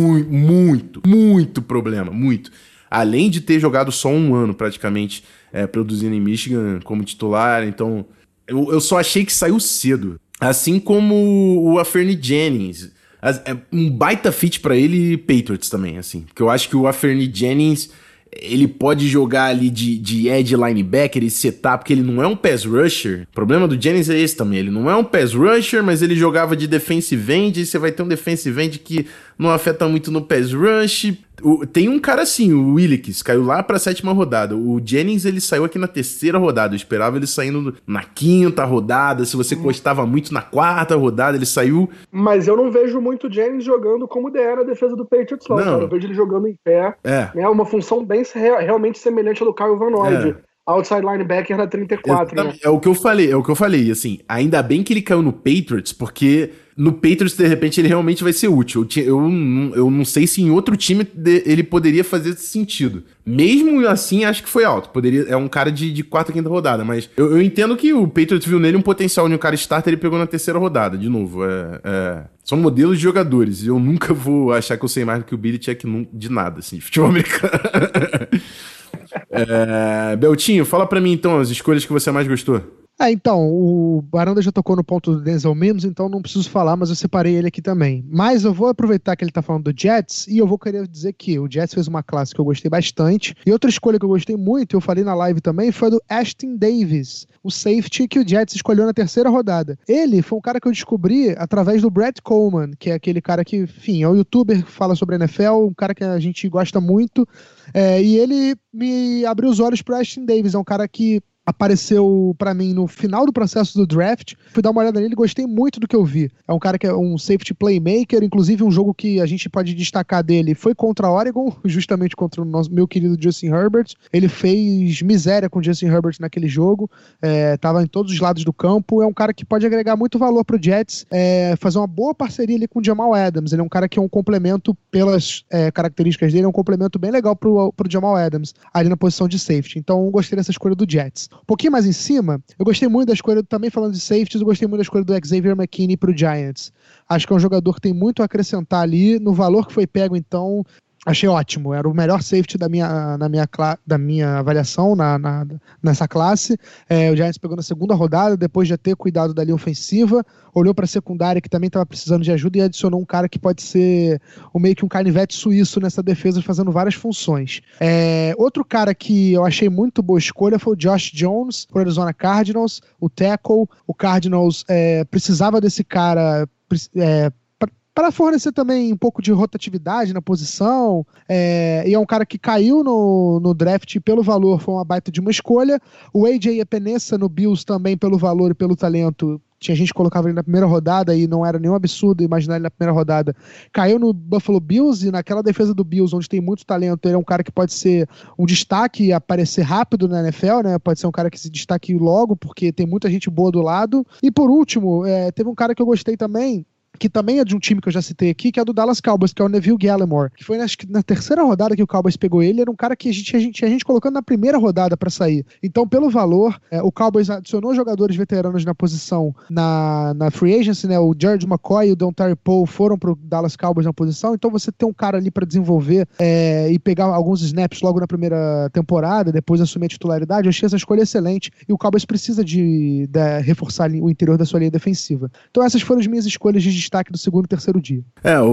muito problema, muito. Além de ter jogado só um ano praticamente produzindo em Michigan como titular, então eu só achei que saiu cedo. Assim como o Anthony Jennings. Um baita fit pra ele e Patriots também, assim. Porque eu acho que o Anthony Jennings, ele pode jogar ali de edge linebacker e setar, porque ele não é um pass rusher. O problema do Jennings é esse também. Ele não é um pass rusher, mas ele jogava de defensive end, e você vai ter um defensive end que não afeta muito no pass rush. Tem um cara assim, o Willicks, caiu lá pra 7ª rodada. O Jennings, ele saiu aqui na 3ª rodada. Eu esperava ele saindo na 5ª rodada. Se você gostava muito na 4ª rodada, ele saiu... Mas eu não vejo muito o Jennings jogando como DE na defesa do Patriots, não. Cara. Eu vejo ele jogando em pé. Né, uma função bem realmente semelhante à do Kyle Van Noy, outside linebacker na 34, né? É o que eu falei, assim, ainda bem que ele caiu no Patriots, porque no Patriots, de repente, ele realmente vai ser útil. Eu não sei se em outro time ele poderia fazer esse sentido. Mesmo assim, acho que foi alto. É um cara de 4ª, 5ª rodada, mas eu entendo que o Patriots viu nele um potencial de um cara starter e ele pegou na 3ª rodada, de novo. São modelos de jogadores, e eu nunca vou achar que eu sei mais do que o Belichick de nada, assim, de futebol americano. Beltinho, fala pra mim então as escolhas que você mais gostou. Então, o Baranda já tocou no ponto do Denzel Mims, então não preciso falar, mas eu separei ele aqui também. Mas eu vou aproveitar que ele tá falando do Jets e eu vou querer dizer que o Jets fez uma classe que eu gostei bastante. E outra escolha que eu gostei muito, eu falei na live também, foi a do Ashton Davis, o safety que o Jets escolheu na 3ª rodada. Ele foi um cara que eu descobri através do Brett Coleman, que é aquele cara que, enfim, é um youtuber que fala sobre a NFL, um cara que a gente gosta muito. E ele me abriu os olhos pro Ashton Davis, é um cara que apareceu pra mim no final do processo do draft. Fui dar uma olhada nele e gostei muito do que eu vi. É um cara que é um safety playmaker, inclusive um jogo que a gente pode destacar dele foi contra a Oregon, justamente contra o meu querido Justin Herbert. Ele fez miséria com o Justin Herbert naquele jogo, tava em todos os lados do campo. É um cara que pode agregar muito valor pro Jets, fazer uma boa parceria ali com o Jamal Adams. Ele é um cara que é um complemento pelas características dele, é um complemento bem legal pro Jamal Adams, ali na posição de safety. Então eu gostei dessa escolha do Jets. Um pouquinho mais em cima, eu gostei muito da escolha, também falando de safeties, eu gostei muito da escolha do Xavier McKinney pro Giants. Acho que é um jogador que tem muito a acrescentar ali, no valor que foi pego, então achei ótimo, era o melhor safety da minha avaliação nessa classe. O Giants pegou na segunda rodada, depois de ter cuidado da linha ofensiva, olhou para a secundária que também estava precisando de ajuda e adicionou um cara que pode ser meio que um canivete suíço nessa defesa, fazendo várias funções. Outro cara que eu achei muito boa escolha foi o Josh Jones, pro Arizona Cardinals, o tackle. O Cardinals precisava desse cara para fornecer também um pouco de rotatividade na posição, e é um cara que caiu no draft pelo valor, foi uma baita de uma escolha. O AJ Epenesa no Bills também pelo valor e pelo talento, tinha gente que colocava ele na primeira rodada e não era nenhum absurdo imaginar ele na primeira rodada, caiu no Buffalo Bills, e naquela defesa do Bills, onde tem muito talento, ele é um cara que pode ser um destaque e aparecer rápido na NFL, né? Pode ser um cara que se destaque logo, porque tem muita gente boa do lado. E por último, teve um cara que eu gostei também, que também é de um time que eu já citei aqui, que é do Dallas Cowboys, que é o Neville Gallimore, que foi na terceira rodada que o Cowboys pegou ele. Era um cara que a gente colocando na primeira rodada pra sair. Então, pelo valor, o Cowboys adicionou jogadores veteranos na posição na free agency, né? O George McCoy e o Dontari Poe foram pro Dallas Cowboys na posição. Então, você tem um cara ali pra desenvolver e pegar alguns snaps logo na primeira temporada, depois assumir a titularidade. Eu achei essa escolha excelente, e o Cowboys precisa de reforçar o interior da sua linha defensiva. Então, essas foram as minhas escolhas de destaque do segundo e terceiro dia.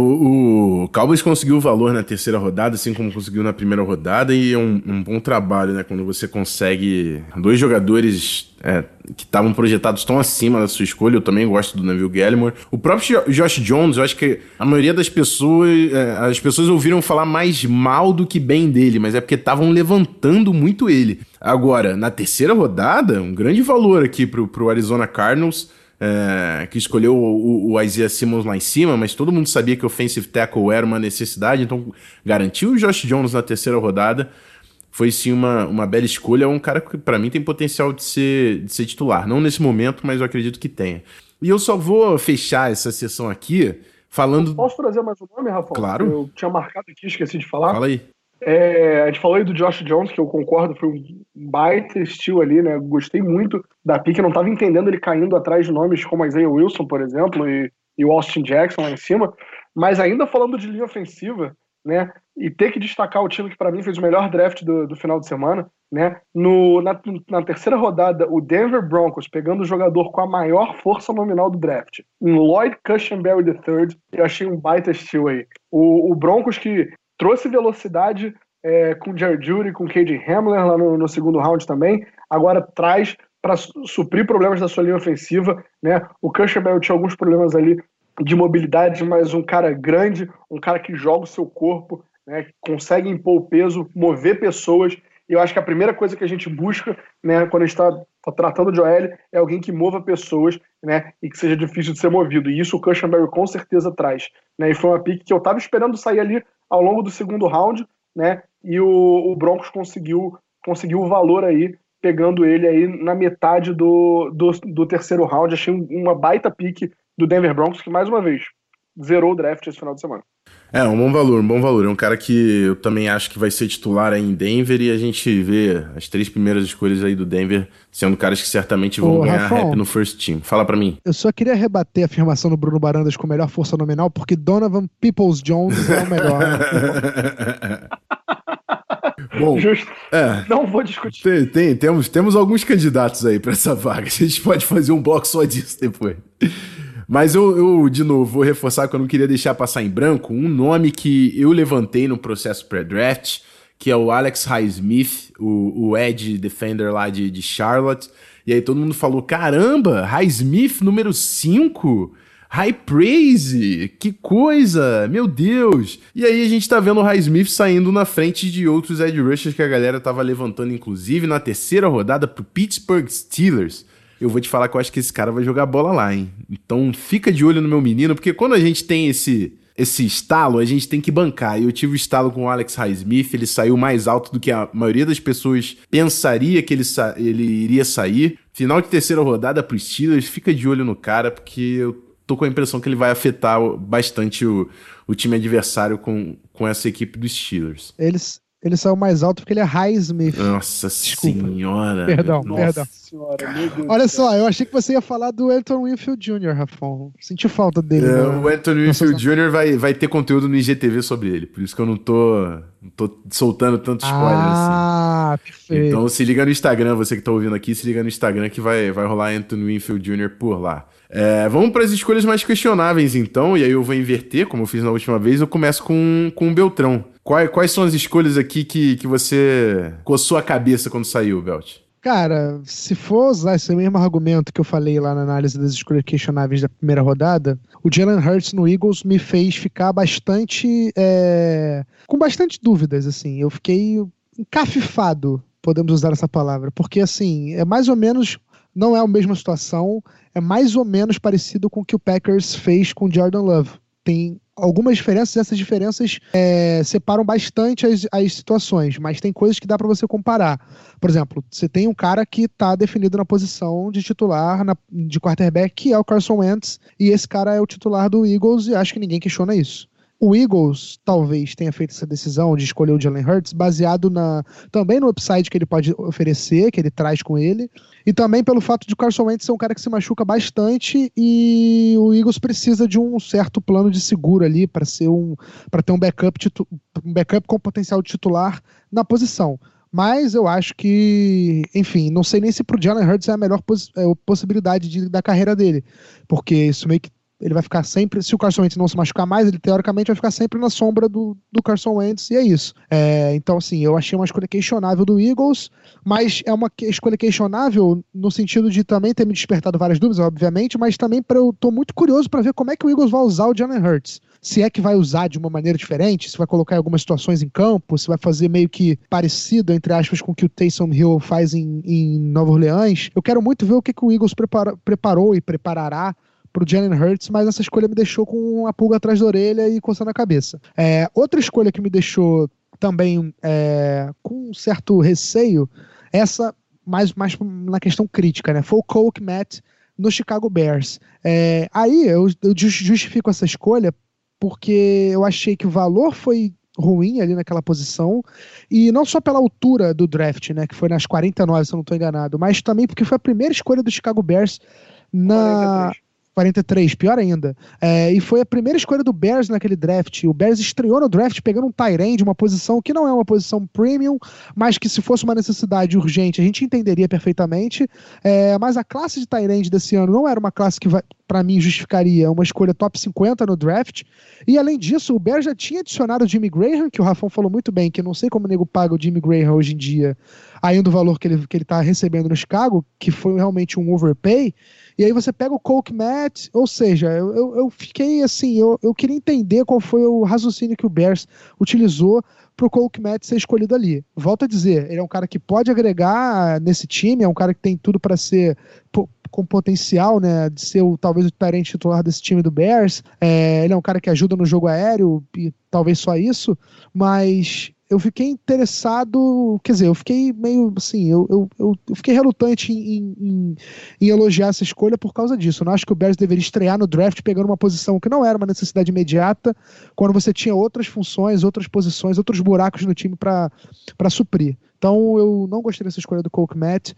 O Cowboys conseguiu o valor na terceira rodada, assim como conseguiu na primeira rodada, e é um bom trabalho, né? Quando você consegue dois jogadores que estavam projetados tão acima da sua escolha. Eu também gosto do Neville Gallimore. O próprio Josh Jones, eu acho que a maioria das pessoas, as pessoas ouviram falar mais mal do que bem dele, mas é porque estavam levantando muito ele. Agora, na terceira rodada, um grande valor aqui pro Arizona Cardinals, que escolheu o Isaiah Simmons lá em cima, mas todo mundo sabia que o offensive tackle era uma necessidade, então garantiu o Josh Jones na terceira rodada. Foi sim uma bela escolha, é um cara que pra mim tem potencial de ser titular, não nesse momento, mas eu acredito que tenha. E eu só vou fechar essa sessão aqui falando... Posso trazer mais um nome, Rafa? Claro. Eu tinha marcado aqui, esqueci de falar. Fala aí. A gente falou aí do Josh Jones, que eu concordo, foi um baita estilo ali, né? Gostei muito da pick, eu não tava entendendo ele caindo atrás de nomes como Isaiah Wilson, por exemplo, e o Austin Jackson lá em cima. Mas ainda falando de linha ofensiva, né? E ter que destacar o time que pra mim fez o melhor draft do final de semana, né? Na terceira rodada, o Denver Broncos pegando o jogador com a maior força nominal do draft, em Lloyd Cushenberry III, eu achei um baita estilo aí. O Broncos que trouxe velocidade com o Jerry Jeudy, com o KJ Hamler lá no segundo round também, agora traz para suprir problemas da sua linha ofensiva, né? O Cushenberry tinha alguns problemas ali de mobilidade, mas um cara grande, um cara que joga o seu corpo, né? Que consegue impor o peso, mover pessoas. E eu acho que a primeira coisa que a gente busca, né, quando a gente está tratando de OL, é alguém que mova pessoas, né, e que seja difícil de ser movido. E isso o Cushenberry com certeza traz, né? E foi uma pick que eu estava esperando sair ali ao longo do segundo round, né? E o Broncos conseguiu o valor aí, pegando ele aí na metade do terceiro round. Achei uma baita pick do Denver Broncos, que mais uma vez zerou o draft esse final de semana. Um bom valor. É um cara que eu também acho que vai ser titular aí em Denver, e a gente vê as 3 primeiras escolhas aí do Denver sendo caras que certamente vão ganhar rap no first team. Fala pra mim. Eu só queria rebater a afirmação do Bruno Barandas com melhor força nominal, porque Donovan Peoples-Jones é o melhor. Bom, justo. Não vou discutir. Temos alguns candidatos aí pra essa vaga. A gente pode fazer um bloco só disso depois. Mas eu, de novo, vou reforçar que eu não queria deixar passar em branco um nome que eu levantei no processo pré-draft, que é o Alex Highsmith, o edge defender lá de Charlotte. E aí todo mundo falou, caramba, Highsmith número 5? High praise! Que coisa! Meu Deus! E aí a gente tá vendo o Highsmith saindo na frente de outros edge rushers que a galera tava levantando, inclusive, na terceira rodada pro Pittsburgh Steelers. Eu vou te falar que eu acho que esse cara vai jogar bola lá, hein? Então fica de olho no meu menino, porque quando a gente tem esse estalo, a gente tem que bancar. E eu tive o estalo com o Alex Highsmith, ele saiu mais alto do que a maioria das pessoas pensaria que ele iria sair. Final de terceira rodada pro Steelers, fica de olho no cara, porque eu tô com a impressão que ele vai afetar bastante o time adversário com essa equipe dos Steelers. Ele saiu mais alto porque ele é Highsmith. Nossa senhora. Perdão. Senhora, meu Deus. Olha só, eu achei que você ia falar do Anthony Winfield Jr., Rafão. Senti falta dele. O Anthony Winfield Jr. vai ter conteúdo no IGTV sobre ele. Por isso que eu não tô soltando tanto spoiler assim. Perfeito. Então se liga no Instagram, você que tá ouvindo aqui, se liga no Instagram que vai rolar Anthony Winfield Jr. por lá. Vamos para as escolhas mais questionáveis então, e aí eu vou inverter, como eu fiz na última vez, eu começo com o Beltrão. Quais são as escolhas aqui que você coçou a cabeça quando saiu, Belt? Cara, se for usar esse mesmo argumento que eu falei lá na análise das escolhas questionáveis da primeira rodada, o Jalen Hurts no Eagles me fez ficar bastante... com bastante dúvidas, assim. Eu fiquei encafifado, podemos usar essa palavra, porque, assim, é mais ou menos... Não é a mesma situação, é mais ou menos parecido com o que o Packers fez com o Jordan Love. Tem algumas diferenças, e essas diferenças separam bastante as situações, mas tem coisas que dá para você comparar. Por exemplo, você tem um cara que está definido na posição de titular de quarterback, que é o Carson Wentz, e esse cara é o titular do Eagles, e acho que ninguém questiona isso. O Eagles talvez tenha feito essa decisão de escolher o Jalen Hurts baseado também no upside que ele pode oferecer, que ele traz com ele, e também pelo fato de o Carson Wentz ser um cara que se machuca bastante e o Eagles precisa de um certo plano de seguro ali para ter um backup com potencial de titular na posição. Mas eu acho que, enfim, não sei nem se pro Jalen Hurts é a melhor possibilidade da carreira dele, porque isso meio que ele vai ficar sempre, se o Carson Wentz não se machucar mais, ele teoricamente vai ficar sempre na sombra do Carson Wentz, e é isso. Então, assim, eu achei uma escolha questionável do Eagles, mas é uma escolha questionável no sentido de também ter me despertado várias dúvidas, obviamente, mas também eu tô muito curioso para ver como é que o Eagles vai usar o Jalen Hurts. Se é que vai usar de uma maneira diferente, se vai colocar em algumas situações em campo, se vai fazer meio que parecido, entre aspas, com o que o Taysom Hill faz em Nova Orleans. Eu quero muito ver o que o Eagles preparou e preparará pro Jalen Hurts, mas essa escolha me deixou com uma pulga atrás da orelha e coçando a cabeça. Outra escolha que me deixou também com um certo receio, essa mais na questão crítica, né? Foi o Cole Kmet no Chicago Bears. Aí eu justifico essa escolha porque eu achei que o valor foi ruim ali naquela posição, e não só pela altura do draft, né, que foi nas 49, se eu não estou enganado, mas também porque foi a primeira escolha do Chicago Bears na... 43, pior ainda. E foi a primeira escolha do Bears naquele draft. O Bears estreou no draft pegando um tight end, uma posição que não é uma posição premium, mas que se fosse uma necessidade urgente a gente entenderia perfeitamente. Mas a classe de tight end desse ano não era uma classe que, para mim, justificaria uma escolha top 50 no draft. E além disso, o Bears já tinha adicionado o Jimmy Graham, que o Rafão falou muito bem, que eu não sei como o nego paga o Jimmy Graham hoje em dia, ainda o valor que ele tá recebendo no Chicago, que foi realmente um overpay. E aí você pega o Cole Kmet, ou seja, eu fiquei assim, eu queria entender qual foi o raciocínio que o Bears utilizou pro Cole Kmet ser escolhido ali. Volto a dizer, ele é um cara que pode agregar nesse time, é um cara que tem tudo para ser com potencial, né, de ser talvez o parente titular desse time do Bears. Ele é um cara que ajuda no jogo aéreo e talvez só isso, mas eu fiquei interessado, quer dizer, eu fiquei meio assim, eu fiquei relutante em elogiar essa escolha por causa disso. Eu não acho que o Bears deveria estrear no draft pegando uma posição que não era uma necessidade imediata, quando você tinha outras funções, outras posições, outros buracos no time para suprir. Então eu não gostei dessa escolha do Cole Kmet,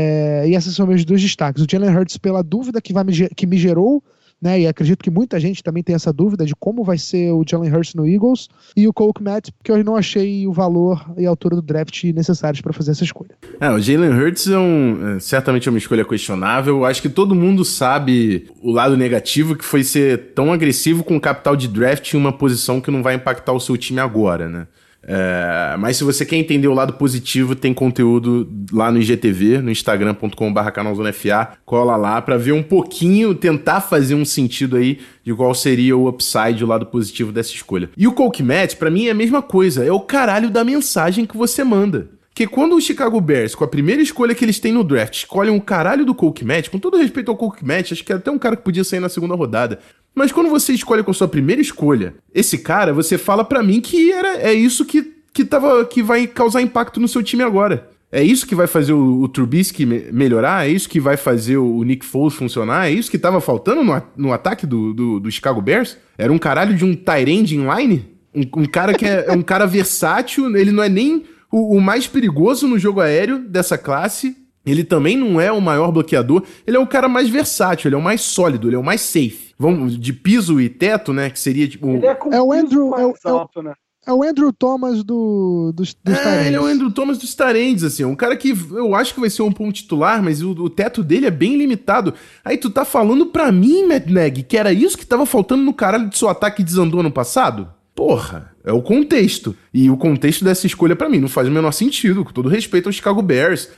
e esses são meus dois destaques. O Jalen Hurts pela dúvida que me gerou, né, e acredito que muita gente também tem essa dúvida de como vai ser o Jalen Hurts no Eagles, e o Cole Kmet, porque eu não achei o valor e a altura do draft necessários para fazer essa escolha. O Jalen Hurts certamente é uma escolha questionável. Acho que todo mundo sabe o lado negativo, que foi ser tão agressivo com o capital de draft em uma posição que não vai impactar o seu time agora, né? Mas se você quer entender o lado positivo, tem conteúdo lá no IGTV, no instagram.com/canalzonefa. Cola lá pra ver um pouquinho, tentar fazer um sentido aí de qual seria o upside, o lado positivo dessa escolha. E o Coke Match, pra mim, é a mesma coisa. É o caralho da mensagem que você manda. Porque quando o Chicago Bears, com a primeira escolha que eles têm no draft, escolhem um caralho do Coke Match, com todo respeito ao Coke Match, acho que era até um cara que podia sair na segunda rodada. Mas quando você escolhe com a sua primeira escolha, esse cara, você fala pra mim que é isso que vai causar impacto no seu time agora. É isso que vai fazer o Trubisky melhorar? É isso que vai fazer o Nick Foles funcionar? É isso que tava faltando no ataque do Chicago Bears? Era um caralho de um tight end inline? Um cara que é um cara versátil, ele não é nem o mais perigoso no jogo aéreo dessa classe. Ele também não é o maior bloqueador, ele é o cara mais versátil, ele é o mais sólido, ele é o mais safe. Vamos, de piso e teto, né, que seria tipo... Ele é o Andrew, alto, né? É o Andrew Thomas dos Tyrants. Ele é o Andrew Thomas dos Tyrants, assim, um cara que eu acho que vai ser um ponto titular, mas o teto dele é bem limitado. Aí tu tá falando pra mim, Matt Nagy, que era isso que tava faltando no caralho do seu ataque que desandou ano passado? Porra, é o contexto. E o contexto dessa escolha, pra mim, não faz o menor sentido, com todo respeito ao Chicago Bears.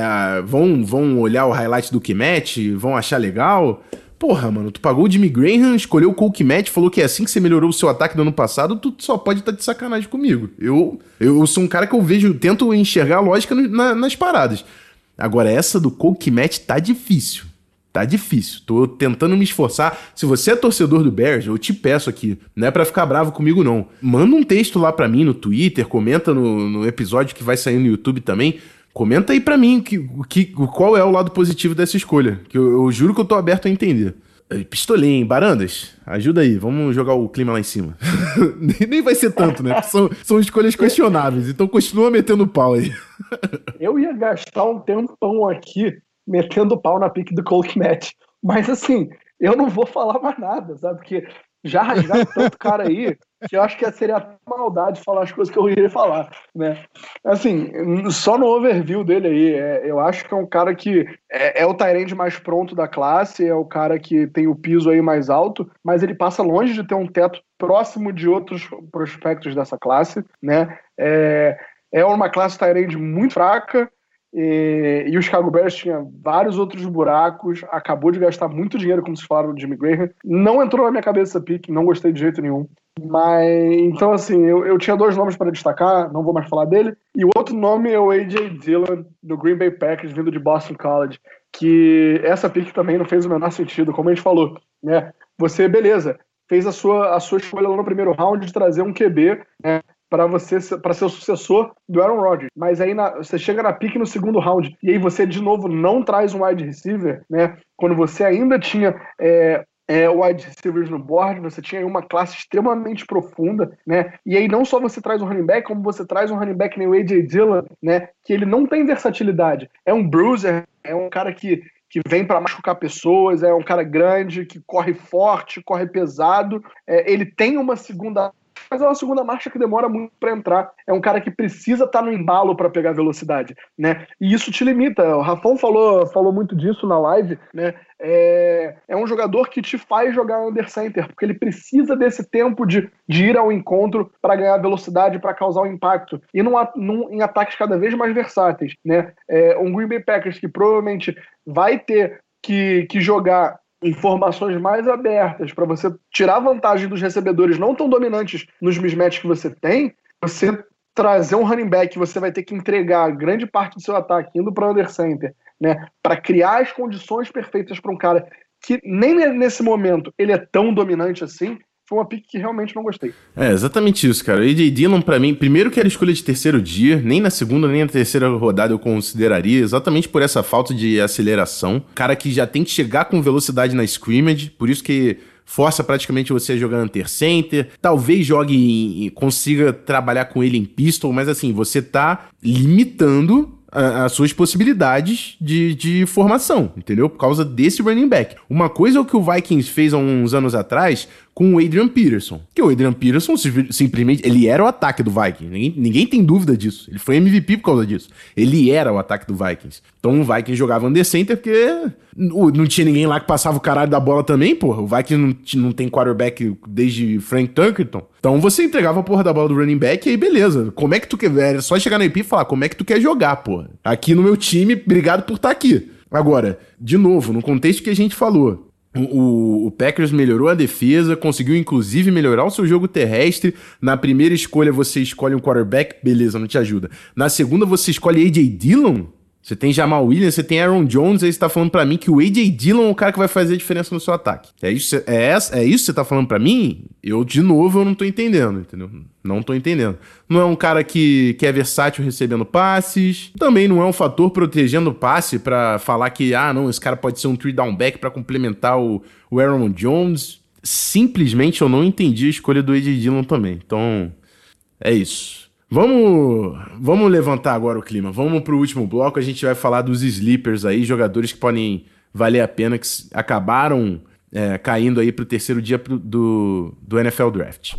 Vão olhar o highlight do Kmet, vão achar legal. Porra, mano, tu pagou o Jimmy Graham, escolheu o Cole Kmet, falou que é assim que você melhorou o seu ataque do ano passado, tu só pode estar de sacanagem comigo. Eu sou um cara que tento enxergar a lógica nas paradas. Agora, essa do Cole Kmet tá difícil. Tá difícil, tô tentando me esforçar. Se você é torcedor do Bears, eu te peço aqui, não é pra ficar bravo comigo não. Manda um texto lá pra mim no Twitter, comenta no episódio que vai sair no YouTube também. Comenta aí pra mim qual é o lado positivo dessa escolha, que eu juro que eu tô aberto a entender. Pistolei, hein? Barandas, ajuda aí, vamos jogar o clima lá em cima. Nem vai ser tanto, né? São escolhas questionáveis, então continua metendo pau aí. Eu ia gastar um tempão aqui metendo pau na pique do Cole Kmet. Mas assim, eu não vou falar mais nada, sabe? Porque já rasgaram tanto cara aí que eu acho que seria até maldade falar as coisas que eu iria falar, né? Assim, só no overview dele aí, eu acho que é um cara que é o tight end mais pronto da classe, é o cara que tem o piso aí mais alto, mas ele passa longe de ter um teto próximo de outros prospectos dessa classe, né? É uma classe tight end muito fraca, e o Chicago Bears tinha vários outros buracos, acabou de gastar muito dinheiro, como se falaram do Jimmy Graham. Não entrou na minha cabeça essa pick, não gostei de jeito nenhum. Mas, então assim, eu tinha dois nomes para destacar, não vou mais falar dele. E o outro nome é o A.J. Dillon, do Green Bay Packers, vindo de Boston College, que essa pick também não fez o menor sentido, como a gente falou, né? Você, beleza, fez a sua escolha lá no primeiro round de trazer um QB, né, para ser o sucessor do Aaron Rodgers. Mas aí você chega na pick no segundo round e aí você de novo não traz um wide receiver, né? Quando você ainda tinha wide receivers no board, você tinha aí uma classe extremamente profunda, né? E aí não só você traz um running back, como você traz um running back nem o A.J. Dillon, né? Que ele não tem versatilidade. É um bruiser, é um cara que vem para machucar pessoas, é um cara grande, que corre forte, corre pesado. Ele tem uma segunda, mas é uma segunda marcha que demora muito para entrar. É um cara que precisa estar no embalo para pegar velocidade, né? E isso te limita. O Rafão falou muito disso na live, né? É um jogador que te faz jogar under center, porque ele precisa desse tempo de ir ao encontro para ganhar velocidade, para causar um impacto. E em ataques cada vez mais versáteis, né? Um Green Bay Packers que provavelmente vai ter que jogar em formações mais abertas, para você tirar vantagem dos recebedores não tão dominantes nos mismatches que você tem, você trazer um running back que você vai ter que entregar grande parte do seu ataque indo para o under center, né, para criar as condições perfeitas para um cara que nem nesse momento ele é tão dominante assim. Foi uma pick que realmente não gostei. Exatamente isso, cara. O A.J. Dillon, pra mim, primeiro que era escolha de terceiro dia, nem na segunda nem na terceira rodada eu consideraria, exatamente por essa falta de aceleração. Cara que já tem que chegar com velocidade na scrimmage, por isso que força praticamente você a jogar under center, talvez jogue e consiga trabalhar com ele em pistol, mas assim, você tá limitando as suas possibilidades de formação, entendeu? Por causa desse running back. Uma coisa é o que o Vikings fez há uns anos atrás com o Adrian Peterson, que o Adrian Peterson simplesmente, ele era o ataque do Vikings, ninguém tem dúvida disso, ele foi MVP por causa disso, ele era o ataque do Vikings. Então o Vikings jogava under center porque Não tinha ninguém lá que passava o caralho da bola também, porra. O Vikings não tem quarterback desde Frank Tuckerton. Então você entregava a porra da bola do running back e aí beleza. Como é que tu quer... Era só chegar na IP e falar como é que tu quer jogar, porra. Aqui no meu time, obrigado por estar aqui. Agora, de novo, no contexto que a gente falou, o Packers melhorou a defesa, conseguiu inclusive melhorar o seu jogo terrestre. Na primeira escolha você escolhe um quarterback, beleza, não te ajuda. Na segunda você escolhe A.J. Dillon. Você tem Jamal Williams, você tem Aaron Jones, aí você tá falando pra mim que o A.J. Dillon é o cara que vai fazer a diferença no seu ataque. É isso que você tá falando pra mim? De novo, eu não tô entendendo, entendeu? Não tô entendendo. Não é um cara que é versátil recebendo passes, também não é um fator protegendo o passe pra falar que, não, esse cara pode ser um three down back pra complementar o Aaron Jones. Simplesmente eu não entendi a escolha do A.J. Dillon também. Então, é isso. Vamos levantar agora o clima. Vamos pro último bloco. A gente vai falar dos sleepers aí, jogadores que podem valer a pena, que acabaram caindo aí pro terceiro dia do NFL Draft.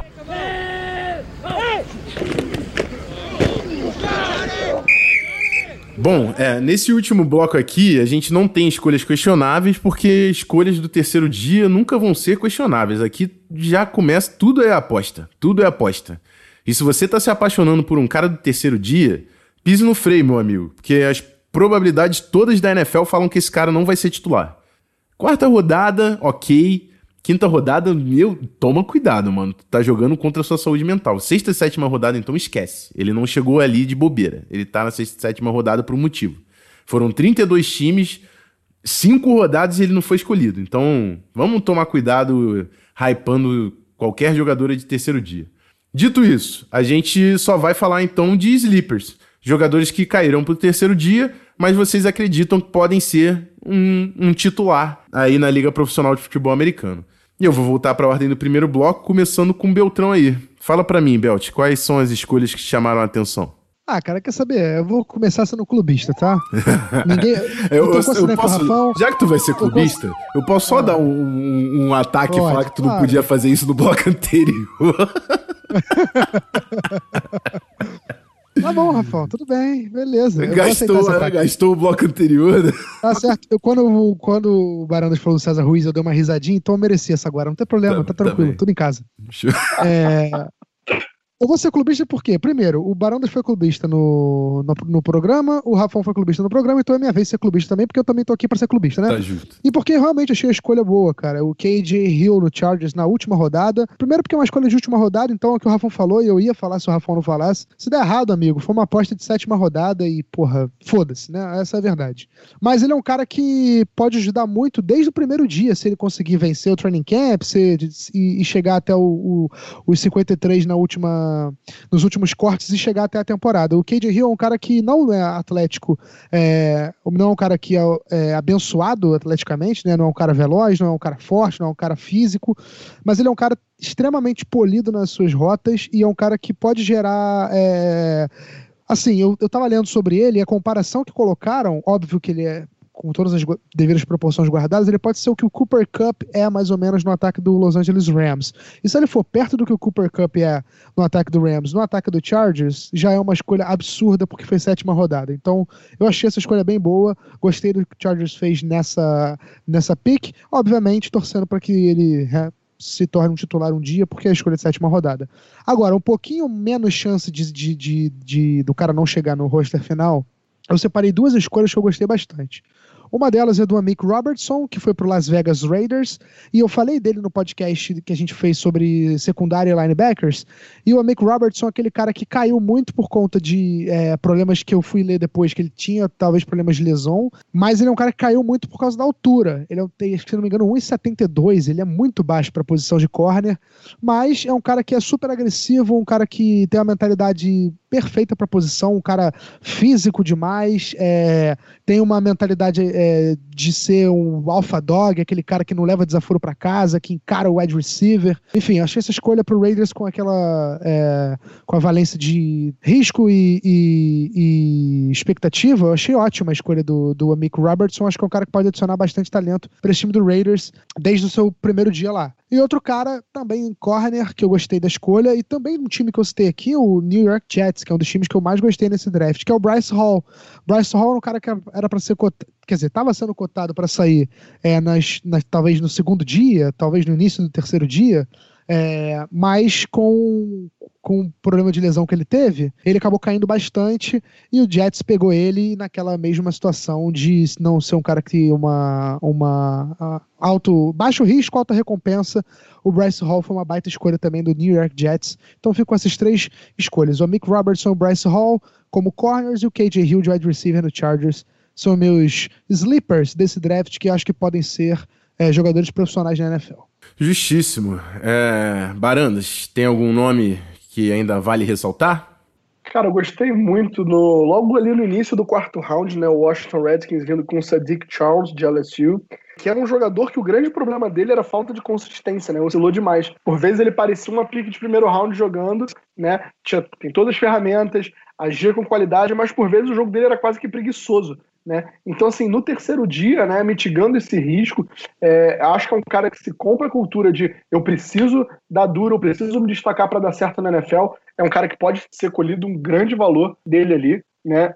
Bom, nesse último bloco aqui, a gente não tem escolhas questionáveis, porque escolhas do terceiro dia nunca vão ser questionáveis. Aqui já começa, tudo é aposta. Tudo é aposta. E se você tá se apaixonando por um cara do terceiro dia, pise no freio, meu amigo. Porque as probabilidades todas da NFL falam que esse cara não vai ser titular. Quarta rodada, ok. Quinta rodada, toma cuidado, mano. Tu tá jogando contra a sua saúde mental. Sexta e sétima rodada, então esquece. Ele não chegou ali de bobeira. Ele tá na sexta e sétima rodada por um motivo. Foram 32 times, 5 rodadas e ele não foi escolhido. Então, vamos tomar cuidado hypando qualquer jogadora de terceiro dia. Dito isso, a gente só vai falar então de sleepers, jogadores que caíram pro terceiro dia, mas vocês acreditam que podem ser um titular aí na Liga Profissional de Futebol Americano. E eu vou voltar para a ordem do primeiro bloco, começando com o Beltrão aí. Fala para mim, Belt, quais são as escolhas que te chamaram a atenção? Cara, quer saber? Eu vou começar sendo clubista, tá? eu posso, Rafão, já que tu vai ser clubista, eu posso só dar um ataque e falar que tu não podia fazer isso no bloco anterior. Tá bom, Rafão, tudo bem, beleza. Gastou o bloco anterior, né? Tá certo. Quando o Barandas falou do César Ruiz, eu dei uma risadinha, então eu mereci essa agora. Não tem problema, tá tranquilo, tudo em casa. Eu vou ser clubista por quê? Primeiro, o Barandas foi clubista no programa, o Rafão foi clubista no programa, então é minha vez de ser clubista também, porque eu também tô aqui pra ser clubista, né? Tá justo. E porque eu realmente achei a escolha boa, cara. O KJ Hill no Chargers na última rodada. Primeiro porque é uma escolha de última rodada, então é o que o Rafão falou, e eu ia falar se o Rafão não falasse. Se der errado, amigo, foi uma aposta de sétima rodada e, porra, foda-se, né? Essa é a verdade. Mas ele é um cara que pode ajudar muito desde o primeiro dia, se ele conseguir vencer o training camp e chegar até os 53 nos últimos cortes e chegar até a temporada. O KJ Hill é um cara que não é atlético, não é um cara que é abençoado atleticamente, né? Não é um cara veloz, não é um cara forte, não é um cara físico, mas ele é um cara extremamente polido nas suas rotas e é um cara que pode gerar... Assim, eu tava lendo sobre ele e a comparação que colocaram, óbvio que ele é, com todas as devidas proporções guardadas, ele pode ser o que o Cooper Kupp é mais ou menos no ataque do Los Angeles Rams. E se ele for perto do que o Cooper Kupp é no ataque do Rams, no ataque do Chargers, já é uma escolha absurda porque foi sétima rodada. Então, eu achei essa escolha bem boa, gostei do que o Chargers fez nessa pick, obviamente torcendo para que ele se torne um titular um dia, porque é a escolha de sétima rodada. Agora, um pouquinho menos chance do cara não chegar no roster final, eu separei duas escolhas que eu gostei bastante. Uma delas é do Amik Robertson, que foi pro Las Vegas Raiders, e eu falei dele no podcast que a gente fez sobre secundária e linebackers, e o Amik Robertson é aquele cara que caiu muito por conta de problemas que eu fui ler depois, que ele tinha talvez problemas de lesão, mas ele é um cara que caiu muito por causa da altura. Ele tem, se não me engano, 1,72, ele é muito baixo para a posição de corner, mas é um cara que é super agressivo, um cara que tem uma mentalidade perfeita para a posição, um cara físico demais, tem uma mentalidade de ser um alpha dog, aquele cara que não leva desaforo para casa, que encara o wide receiver. Enfim, achei essa escolha pro Raiders com com a valência de risco e expectativa. Eu achei ótima a escolha do Amik Robertson. Acho que é um cara que pode adicionar bastante talento para esse time do Raiders desde o seu primeiro dia lá. E outro cara, também corner, que eu gostei da escolha, e também um time que eu citei aqui, o New York Jets, que é um dos times que eu mais gostei nesse draft, que é o Bryce Hall. Bryce Hall é um cara que era para ser quer dizer, estava sendo cotado para sair talvez no segundo dia, talvez no início do terceiro dia, mas com o problema de lesão que ele teve, ele acabou caindo bastante e o Jets pegou ele naquela mesma situação de não ser um cara que baixo risco, alta recompensa. O Bryce Hall foi uma baita escolha também do New York Jets. Então ficam essas três escolhas: o Amik Robertson, o Bryce Hall como corners e o KJ Hill de wide receiver no Chargers. São meus sleepers desse draft que eu acho que podem ser jogadores profissionais na NFL. Justíssimo. Barandas, tem algum nome que ainda vale ressaltar? Cara, eu gostei muito logo ali no início do quarto round, né? O Washington Redskins vindo com o Sadiq Charles de LSU, que era um jogador que o grande problema dele era a falta de consistência, né? Oscilou demais. Por vezes ele parecia uma pique de primeiro round jogando, né? Tem todas as ferramentas, agia com qualidade, mas por vezes o jogo dele era quase que preguiçoso, né? Então, assim, no terceiro dia, né, mitigando esse risco, acho que é um cara que se compra a cultura de eu preciso dar duro, eu preciso me destacar para dar certo na NFL. É um cara que pode ser colhido um grande valor dele ali, né?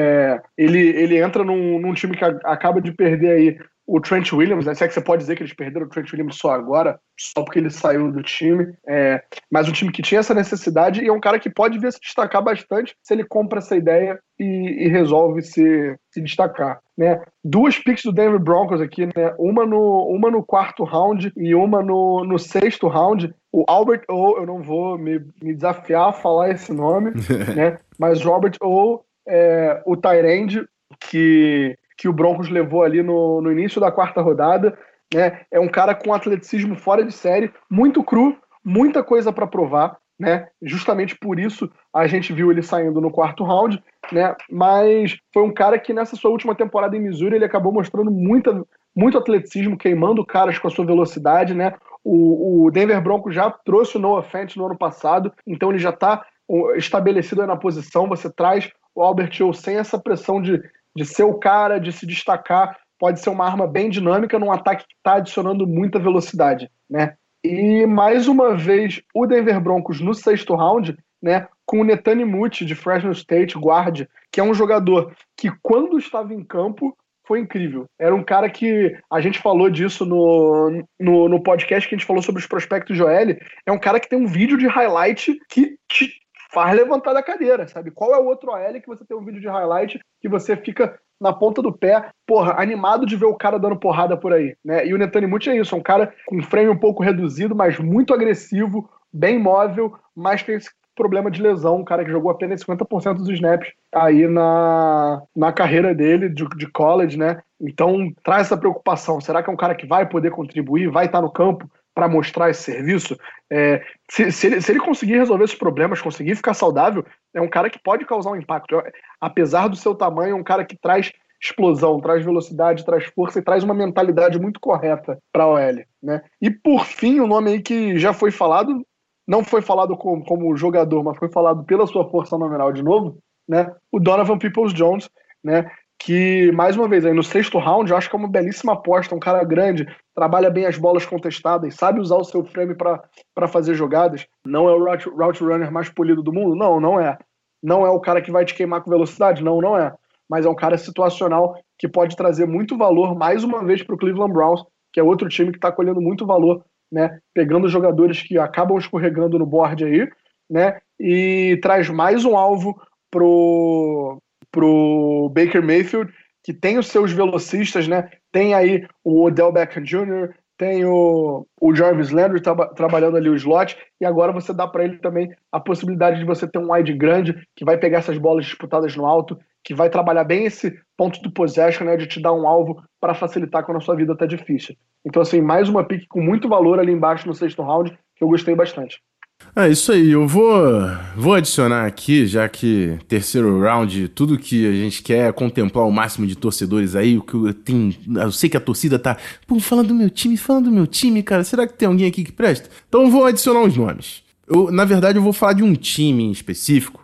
Ele entra num time que acaba de perder aí o Trent Williams, né? Se é que você pode dizer que eles perderam o Trent Williams só agora, só porque ele saiu do time, mas um time que tinha essa necessidade e é um cara que pode vir a se destacar bastante se ele compra essa ideia e resolve se destacar, né? 2 picks do Denver Broncos aqui, né? Uma no quarto round e uma no sexto round. O Albert O, eu não vou me desafiar a falar esse nome, né? Mas Robert O, o tight end que o Broncos levou ali no início da quarta rodada, né? É um cara com atleticismo fora de série, muito cru, muita coisa para provar, né? Justamente por isso a gente viu ele saindo no quarto round, né? Mas foi um cara que nessa sua última temporada em Missouri ele acabou mostrando muito atleticismo, queimando caras com a sua velocidade, né? O Denver Broncos já trouxe o Noah Fant no ano passado, então ele já está estabelecido aí na posição. Você traz o Albert O sem essa pressão de ser o cara, de se destacar, pode ser uma arma bem dinâmica num ataque que está adicionando muita velocidade, né? E mais uma vez o Denver Broncos no sexto round, né, com o Netane Muti de Fresno State, guard, que é um jogador que quando estava em campo foi incrível. Era um cara que a gente falou disso no podcast que a gente falou sobre os prospectos de OL. É um cara que tem um vídeo de highlight que te faz levantar da cadeira, sabe? Qual é o outro OL que você tem um vídeo de highlight que você fica na ponta do pé, animado de ver o cara dando porrada por aí, né? E o Netane Muti é isso, é um cara com frame um pouco reduzido, mas muito agressivo, bem móvel, mas tem esse problema de lesão, um cara que jogou apenas 50% dos snaps aí na carreira dele de college, né? Então traz essa preocupação, será que é um cara que vai poder contribuir, vai estar no campo para mostrar esse serviço? Se ele conseguir resolver esses problemas, conseguir ficar saudável, é um cara que pode causar um impacto. Apesar do seu tamanho, é um cara que traz explosão, traz velocidade, traz força e traz uma mentalidade muito correta para a OL, né? E por fim, um nome aí que já foi falado, não foi falado como jogador, mas foi falado pela sua força nominal de novo, né? O Donovan Peoples-Jones, né? Que, mais uma vez, aí no sexto round, eu acho que é uma belíssima aposta, um cara grande, trabalha bem as bolas contestadas, sabe usar o seu frame para fazer jogadas. Não é o route runner mais polido do mundo? Não é. Não é o cara que vai te queimar com velocidade? Não é. Mas é um cara situacional que pode trazer muito valor, mais uma vez, para o Cleveland Browns, que é outro time que está colhendo muito valor, né? Pegando jogadores que acabam escorregando no board aí, né? E traz mais um alvo pro Baker Mayfield, que tem os seus velocistas, né? Tem aí o Odell Beckham Jr., tem o Jarvis Landry trabalhando ali o slot, e agora você dá para ele também a possibilidade de você ter um wide grande, que vai pegar essas bolas disputadas no alto, que vai trabalhar bem esse ponto do possession, né, de te dar um alvo para facilitar quando a sua vida tá difícil. Então, assim, mais uma pick com muito valor ali embaixo no sexto round, que eu gostei bastante. Isso aí, eu vou adicionar aqui, já que terceiro round, tudo que a gente quer é contemplar o máximo de torcedores aí, eu sei que a torcida tá, falando do meu time, cara, será que tem alguém aqui que presta? Então eu vou adicionar uns nomes. Na verdade, eu vou falar de um time em específico,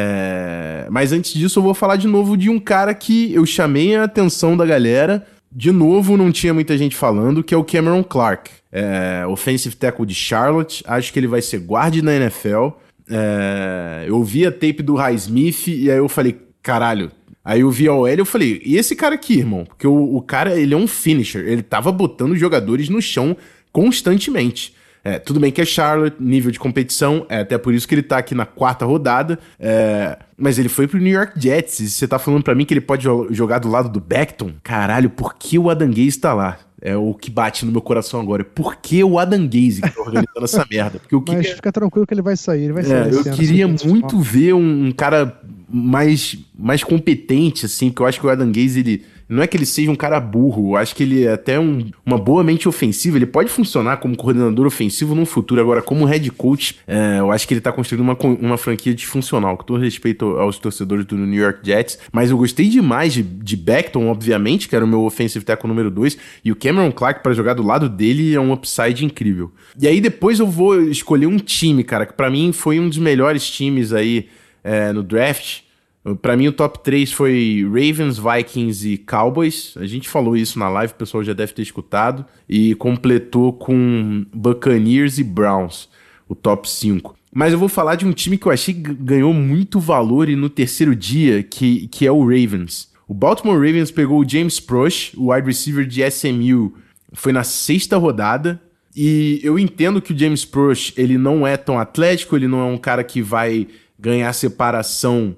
mas antes disso eu vou falar de novo de um cara que eu chamei a atenção da galera. De novo, não tinha muita gente falando, que é o Cameron Clark, offensive tackle de Charlotte. Acho que ele vai ser guard na NFL. Eu vi a tape do Highsmith e aí eu falei, caralho, Aí eu vi a OL e eu falei, e esse cara aqui, irmão? Porque o cara, ele é um finisher. Ele tava botando jogadores no chão constantemente. Tudo bem que é Charlotte, nível de competição, até por isso que ele tá aqui na 4ª rodada, mas ele foi pro New York Jets, e você tá falando pra mim que ele pode jogar do lado do Becton? Caralho, por que o Adam Gaze tá lá? É o que bate no meu coração agora. Por que o Adam Gaze que tá organizando essa merda? Porque mas fica tranquilo que ele vai sair, eu queria muito ver um cara mais competente, assim, porque eu acho que o Adam Gaze, ele... Não é que ele seja um cara burro, eu acho que ele é até uma boa mente ofensiva, ele pode funcionar como coordenador ofensivo no futuro. Agora, como head coach, eu acho que ele tá construindo uma franquia disfuncional, com todo respeito aos torcedores do New York Jets, mas eu gostei demais de Becton, obviamente, que era o meu offensive tackle número 2, e o Cameron Clark para jogar do lado dele é um upside incrível. E aí depois eu vou escolher um time, cara, que pra mim foi um dos melhores times aí no draft. Pra mim o top 3 foi Ravens, Vikings e Cowboys. A gente falou isso na live, o pessoal já deve ter escutado. E completou com Buccaneers e Browns, o top 5. Mas eu vou falar de um time que eu achei que ganhou muito valor e no terceiro dia, que é o Ravens. O Baltimore Ravens pegou o James Proche, o wide receiver de SMU, foi na 6ª rodada. E eu entendo que o James Proche, ele não é tão atlético, ele não é um cara que vai ganhar separação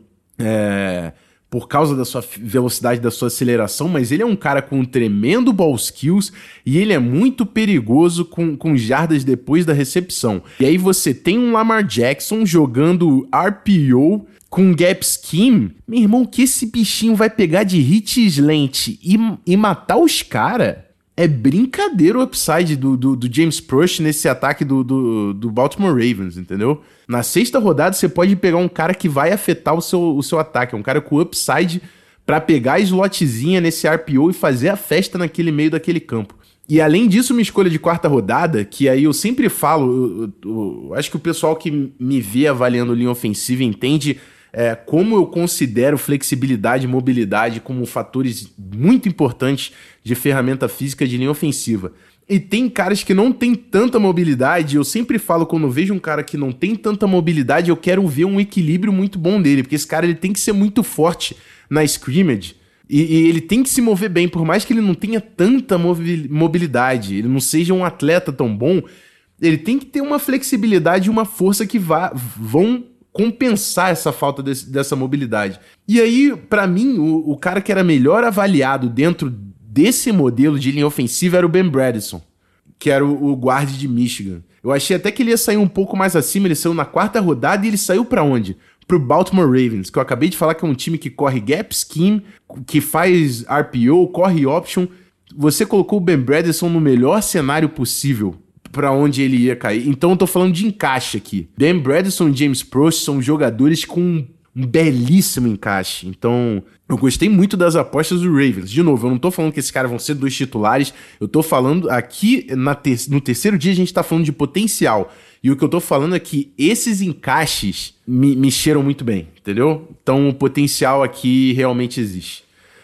por causa da sua velocidade, da sua aceleração, mas ele é um cara com um tremendo ball skills e ele é muito perigoso com jardas depois da recepção. E aí você tem um Lamar Jackson jogando RPO com gap scheme. Meu irmão, que esse bichinho vai pegar de hit slant e matar os caras? É brincadeira o upside do James Proche nesse ataque do Baltimore Ravens, entendeu? Na 6ª rodada você pode pegar um cara que vai afetar o seu ataque, um cara com upside pra pegar a slotzinha nesse RPO e fazer a festa naquele meio daquele campo. E além disso, uma escolha de 4ª rodada, que aí eu sempre falo, eu acho que o pessoal que me vê avaliando linha ofensiva entende como eu considero flexibilidade e mobilidade como fatores muito importantes de ferramenta física de linha ofensiva. E tem caras que não tem tanta mobilidade, eu sempre falo, quando eu vejo um cara que não tem tanta mobilidade, eu quero ver um equilíbrio muito bom dele, porque esse cara ele tem que ser muito forte na scrimmage, e ele tem que se mover bem, por mais que ele não tenha tanta mobilidade, ele não seja um atleta tão bom, ele tem que ter uma flexibilidade e uma força que vão compensar essa falta dessa mobilidade. E aí, pra mim, o cara que era melhor avaliado dentro desse modelo de linha ofensiva era o Ben Bredeson, que era o guard de Michigan. Eu achei até que ele ia sair um pouco mais acima, ele saiu na 4ª rodada e ele saiu pra onde? Pro Baltimore Ravens, que eu acabei de falar que é um time que corre gap scheme, que faz RPO, corre option. Você colocou o Ben Bredeson no melhor cenário possível pra onde ele ia cair. Então eu tô falando de encaixe aqui. Ben Bredeson e James Proche são jogadores com um belíssimo encaixe. Então eu gostei muito das apostas do Ravens. De novo, eu não tô falando que esses caras vão ser 2 titulares. Eu tô falando aqui, no terceiro dia a gente tá falando de potencial. E o que eu tô falando é que esses encaixes me cheiram muito bem, entendeu? Então o potencial aqui realmente existe.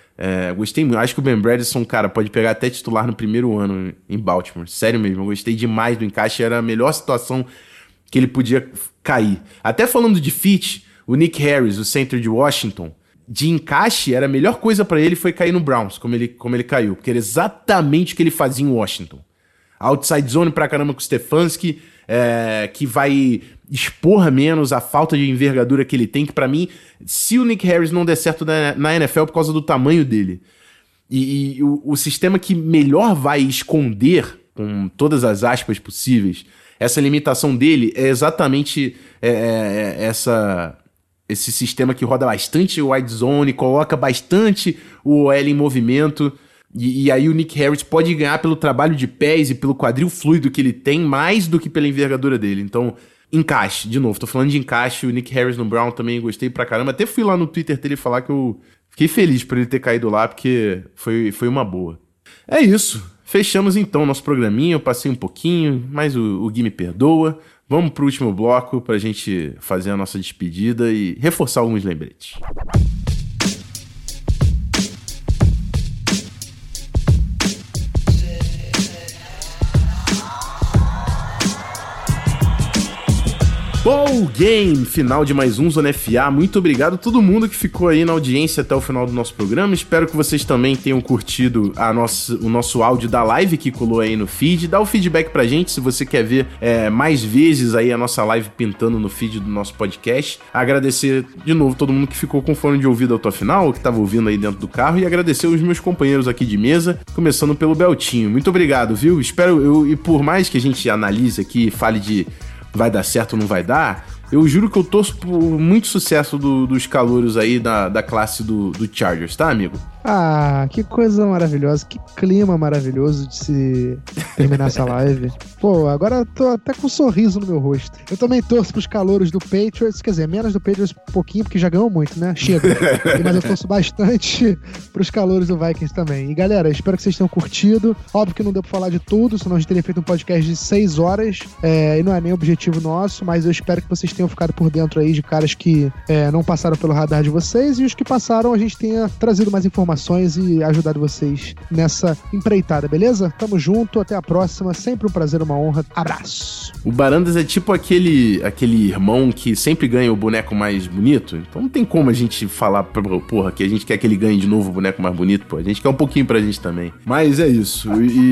Gostei muito. Acho que o Ben Bredeson, cara, pode pegar até titular no primeiro ano em Baltimore. Sério mesmo, eu gostei demais do encaixe. Era a melhor situação que ele podia cair. Até falando de fit, o Nick Harris, o center de Washington, de encaixe, era a melhor coisa pra ele foi cair no Browns, como ele caiu. Porque era exatamente o que ele fazia em Washington. Outside zone pra caramba com o Stefanski, que vai expor menos a falta de envergadura que ele tem, que pra mim, se o Nick Harris não der certo na NFL é por causa do tamanho dele, e o sistema que melhor vai esconder, com todas as aspas possíveis, essa limitação dele é exatamente esse sistema que roda bastante o wide zone, coloca bastante o OL em movimento. E aí o Nick Harris pode ganhar pelo trabalho de pés e pelo quadril fluido que ele tem, mais do que pela envergadura dele. Então, encaixe. De novo, tô falando de encaixe. O Nick Harris no Brown também gostei pra caramba. Até fui lá no Twitter dele falar que eu fiquei feliz por ele ter caído lá, porque foi uma boa. É isso. Fechamos então nosso programinha. Eu passei um pouquinho, mas o Gui me perdoa. Vamos pro último bloco pra gente fazer a nossa despedida e reforçar alguns lembretes. Ball Game, final de mais um Zona FA. Muito obrigado a todo mundo que ficou aí na audiência até o final do nosso programa. Espero que vocês também tenham curtido o nosso áudio da live que colou aí no feed. Dá o feedback pra gente se você quer ver mais vezes aí a nossa live pintando no feed do nosso podcast. Agradecer de novo todo mundo que ficou com fone de ouvido até o final, que tava ouvindo aí dentro do carro, e agradecer os meus companheiros aqui de mesa, começando pelo Beltinho. Muito obrigado, viu? E por mais que a gente analise aqui e fale de vai dar certo ou não vai dar, eu juro que eu torço por muito sucesso dos calouros aí da classe do Chargers, tá, amigo? Ah, que coisa maravilhosa, que clima maravilhoso de se terminar essa live. Pô, agora eu tô até com um sorriso no meu rosto. Eu também torço pros calouros do Patriots, quer dizer, menos do Patriots um pouquinho, porque já ganhou muito, né? Chega. Mas eu torço bastante pros calouros do Vikings também. E galera, espero que vocês tenham curtido. Óbvio que não deu pra falar de tudo, senão a gente teria feito um podcast de 6 horas, e não é nem objetivo nosso, mas eu espero que vocês tenham ficado por dentro aí de caras que não passaram pelo radar de vocês, e os que passaram a gente tenha trazido mais informações e ajudado vocês nessa empreitada, beleza? Tamo junto, até a próxima, sempre um prazer, uma honra, abraço! O Barandas é tipo aquele irmão que sempre ganha o boneco mais bonito, então não tem como a gente falar, porra, que a gente quer que ele ganhe de novo o boneco mais bonito, pô, a gente quer um pouquinho pra gente também. Mas é isso,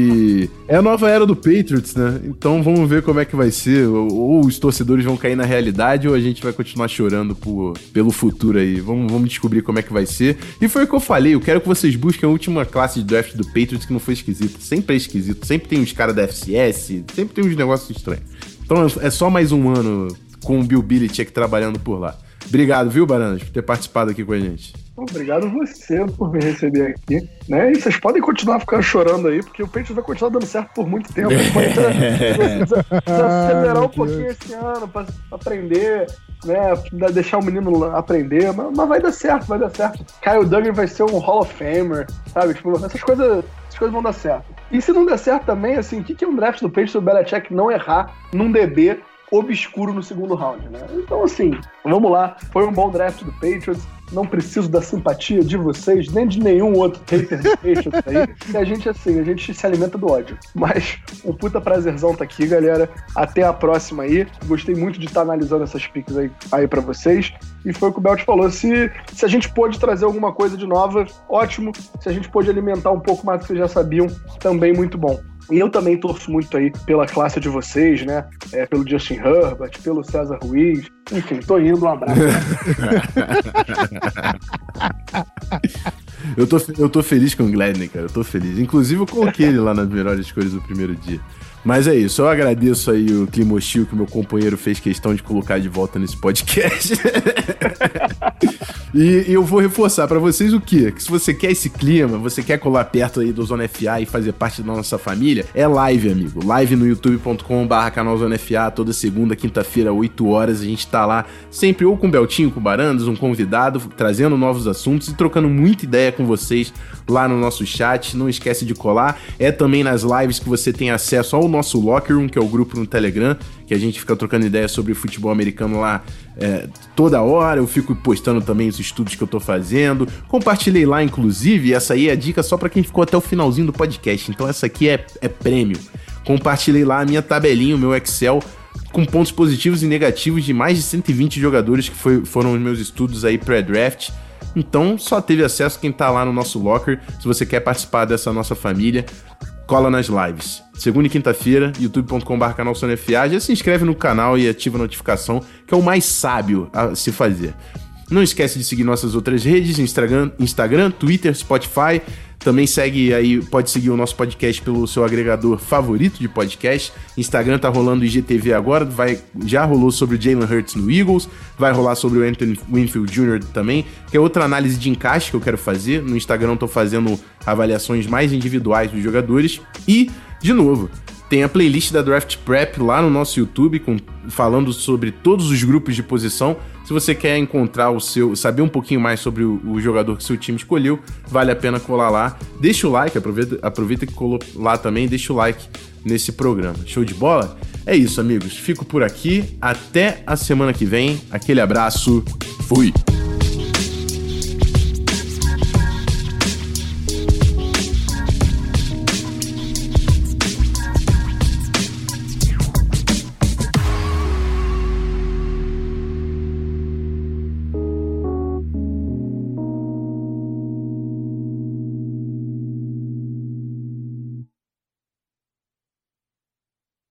e é a nova era do Patriots, né? Então vamos ver como é que vai ser, ou os torcedores vão cair na realidade, ou a gente vai continuar chorando pelo futuro aí. Vamos descobrir como é que vai ser. E foi o que eu falei, eu quero que vocês busquem a última classe de draft do Patriots que não foi esquisita. Sempre é esquisito, sempre tem uns caras da FCS, sempre tem uns negócios estranhos. Então é só mais um ano com o Bill Belichick trabalhando por lá. Obrigado, viu, Baranas, por ter participado aqui com a gente. Obrigado você por me receber aqui, né? E vocês podem continuar ficando chorando aí, porque o Patriots vai continuar dando certo por muito tempo. Precisa acelerar um pouquinho esse ano pra aprender, né? Deixar o menino aprender, mas vai dar certo, vai dar certo. Kyle Duggan vai ser um Hall of Famer, sabe? Tipo, essas coisas vão dar certo. E se não der certo também, assim, o que é um draft do Patriots do Belichick não errar num DB obscuro no segundo round, né? Então, assim, vamos lá. Foi um bom draft do Patriots. Não preciso da simpatia de vocês, nem de nenhum outro hater do Patriots aí. E a gente se alimenta do ódio. Mas um puta prazerzão tá aqui, galera. Até a próxima aí. Gostei muito de estar analisando essas picks aí pra vocês. E foi o que o Belt falou. Se a gente pôde trazer alguma coisa de nova, ótimo. Se a gente pôde alimentar um pouco mais do que vocês já sabiam, também muito bom. E eu também torço muito aí pela classe de vocês, né? Pelo Justin Herbert, pelo César Ruiz. Enfim, tô indo, um abraço. Eu tô feliz com o Gladney, cara. Eu tô feliz. Inclusive, eu coloquei ele lá nas melhores escolhas do primeiro dia. Mas é isso, eu agradeço aí o clima hostil que o meu companheiro fez questão de colocar de volta nesse podcast. E eu vou reforçar pra vocês o quê? Que se você quer esse clima, você quer colar perto aí do Zona FA e fazer parte da nossa família, é live, amigo. Live no youtube.com/canal Zona FA, toda segunda, quinta-feira, 8 horas. A gente tá lá sempre ou com o Beltinho, com o Barandas, um convidado, trazendo novos assuntos e trocando muita ideia com vocês lá no nosso chat. Não esquece de colar. É também nas lives que você tem acesso ao nosso Locker Room, que é o grupo no Telegram, que a gente fica trocando ideia sobre futebol americano lá toda hora. Eu fico postando também os estudos que eu tô fazendo. Compartilhei lá, inclusive, essa aí é a dica só pra quem ficou até o finalzinho do podcast. Então essa aqui é prêmio. Compartilhei lá a minha tabelinha, o meu Excel, com pontos positivos e negativos de mais de 120 jogadores que foram os meus estudos aí pré-draft. Então só teve acesso quem tá lá no nosso locker. Se você quer participar dessa nossa família, cola nas lives. Segunda e quinta-feira, youtube.com/canal Zona FA. Já se inscreve no canal e ativa a notificação, que é o mais sábio a se fazer. Não esquece de seguir nossas outras redes, Instagram, Twitter, Spotify. Também segue aí, pode seguir o nosso podcast pelo seu agregador favorito de podcast. Instagram tá rolando IGTV agora, já rolou sobre o Jalen Hurts no Eagles, vai rolar sobre o Anthony Winfield Jr. também, que é outra análise de encaixe que eu quero fazer. No Instagram eu tô fazendo avaliações mais individuais dos jogadores. E, de novo, tem a playlist da Draft Prep lá no nosso YouTube, falando sobre todos os grupos de posição. Se você quer encontrar saber um pouquinho mais sobre o jogador que seu time escolheu, vale a pena colar lá. Deixa o like, aproveita que colou lá também, deixa o like nesse programa. Show de bola? É isso, amigos. Fico por aqui. Até a semana que vem. Aquele abraço. Fui!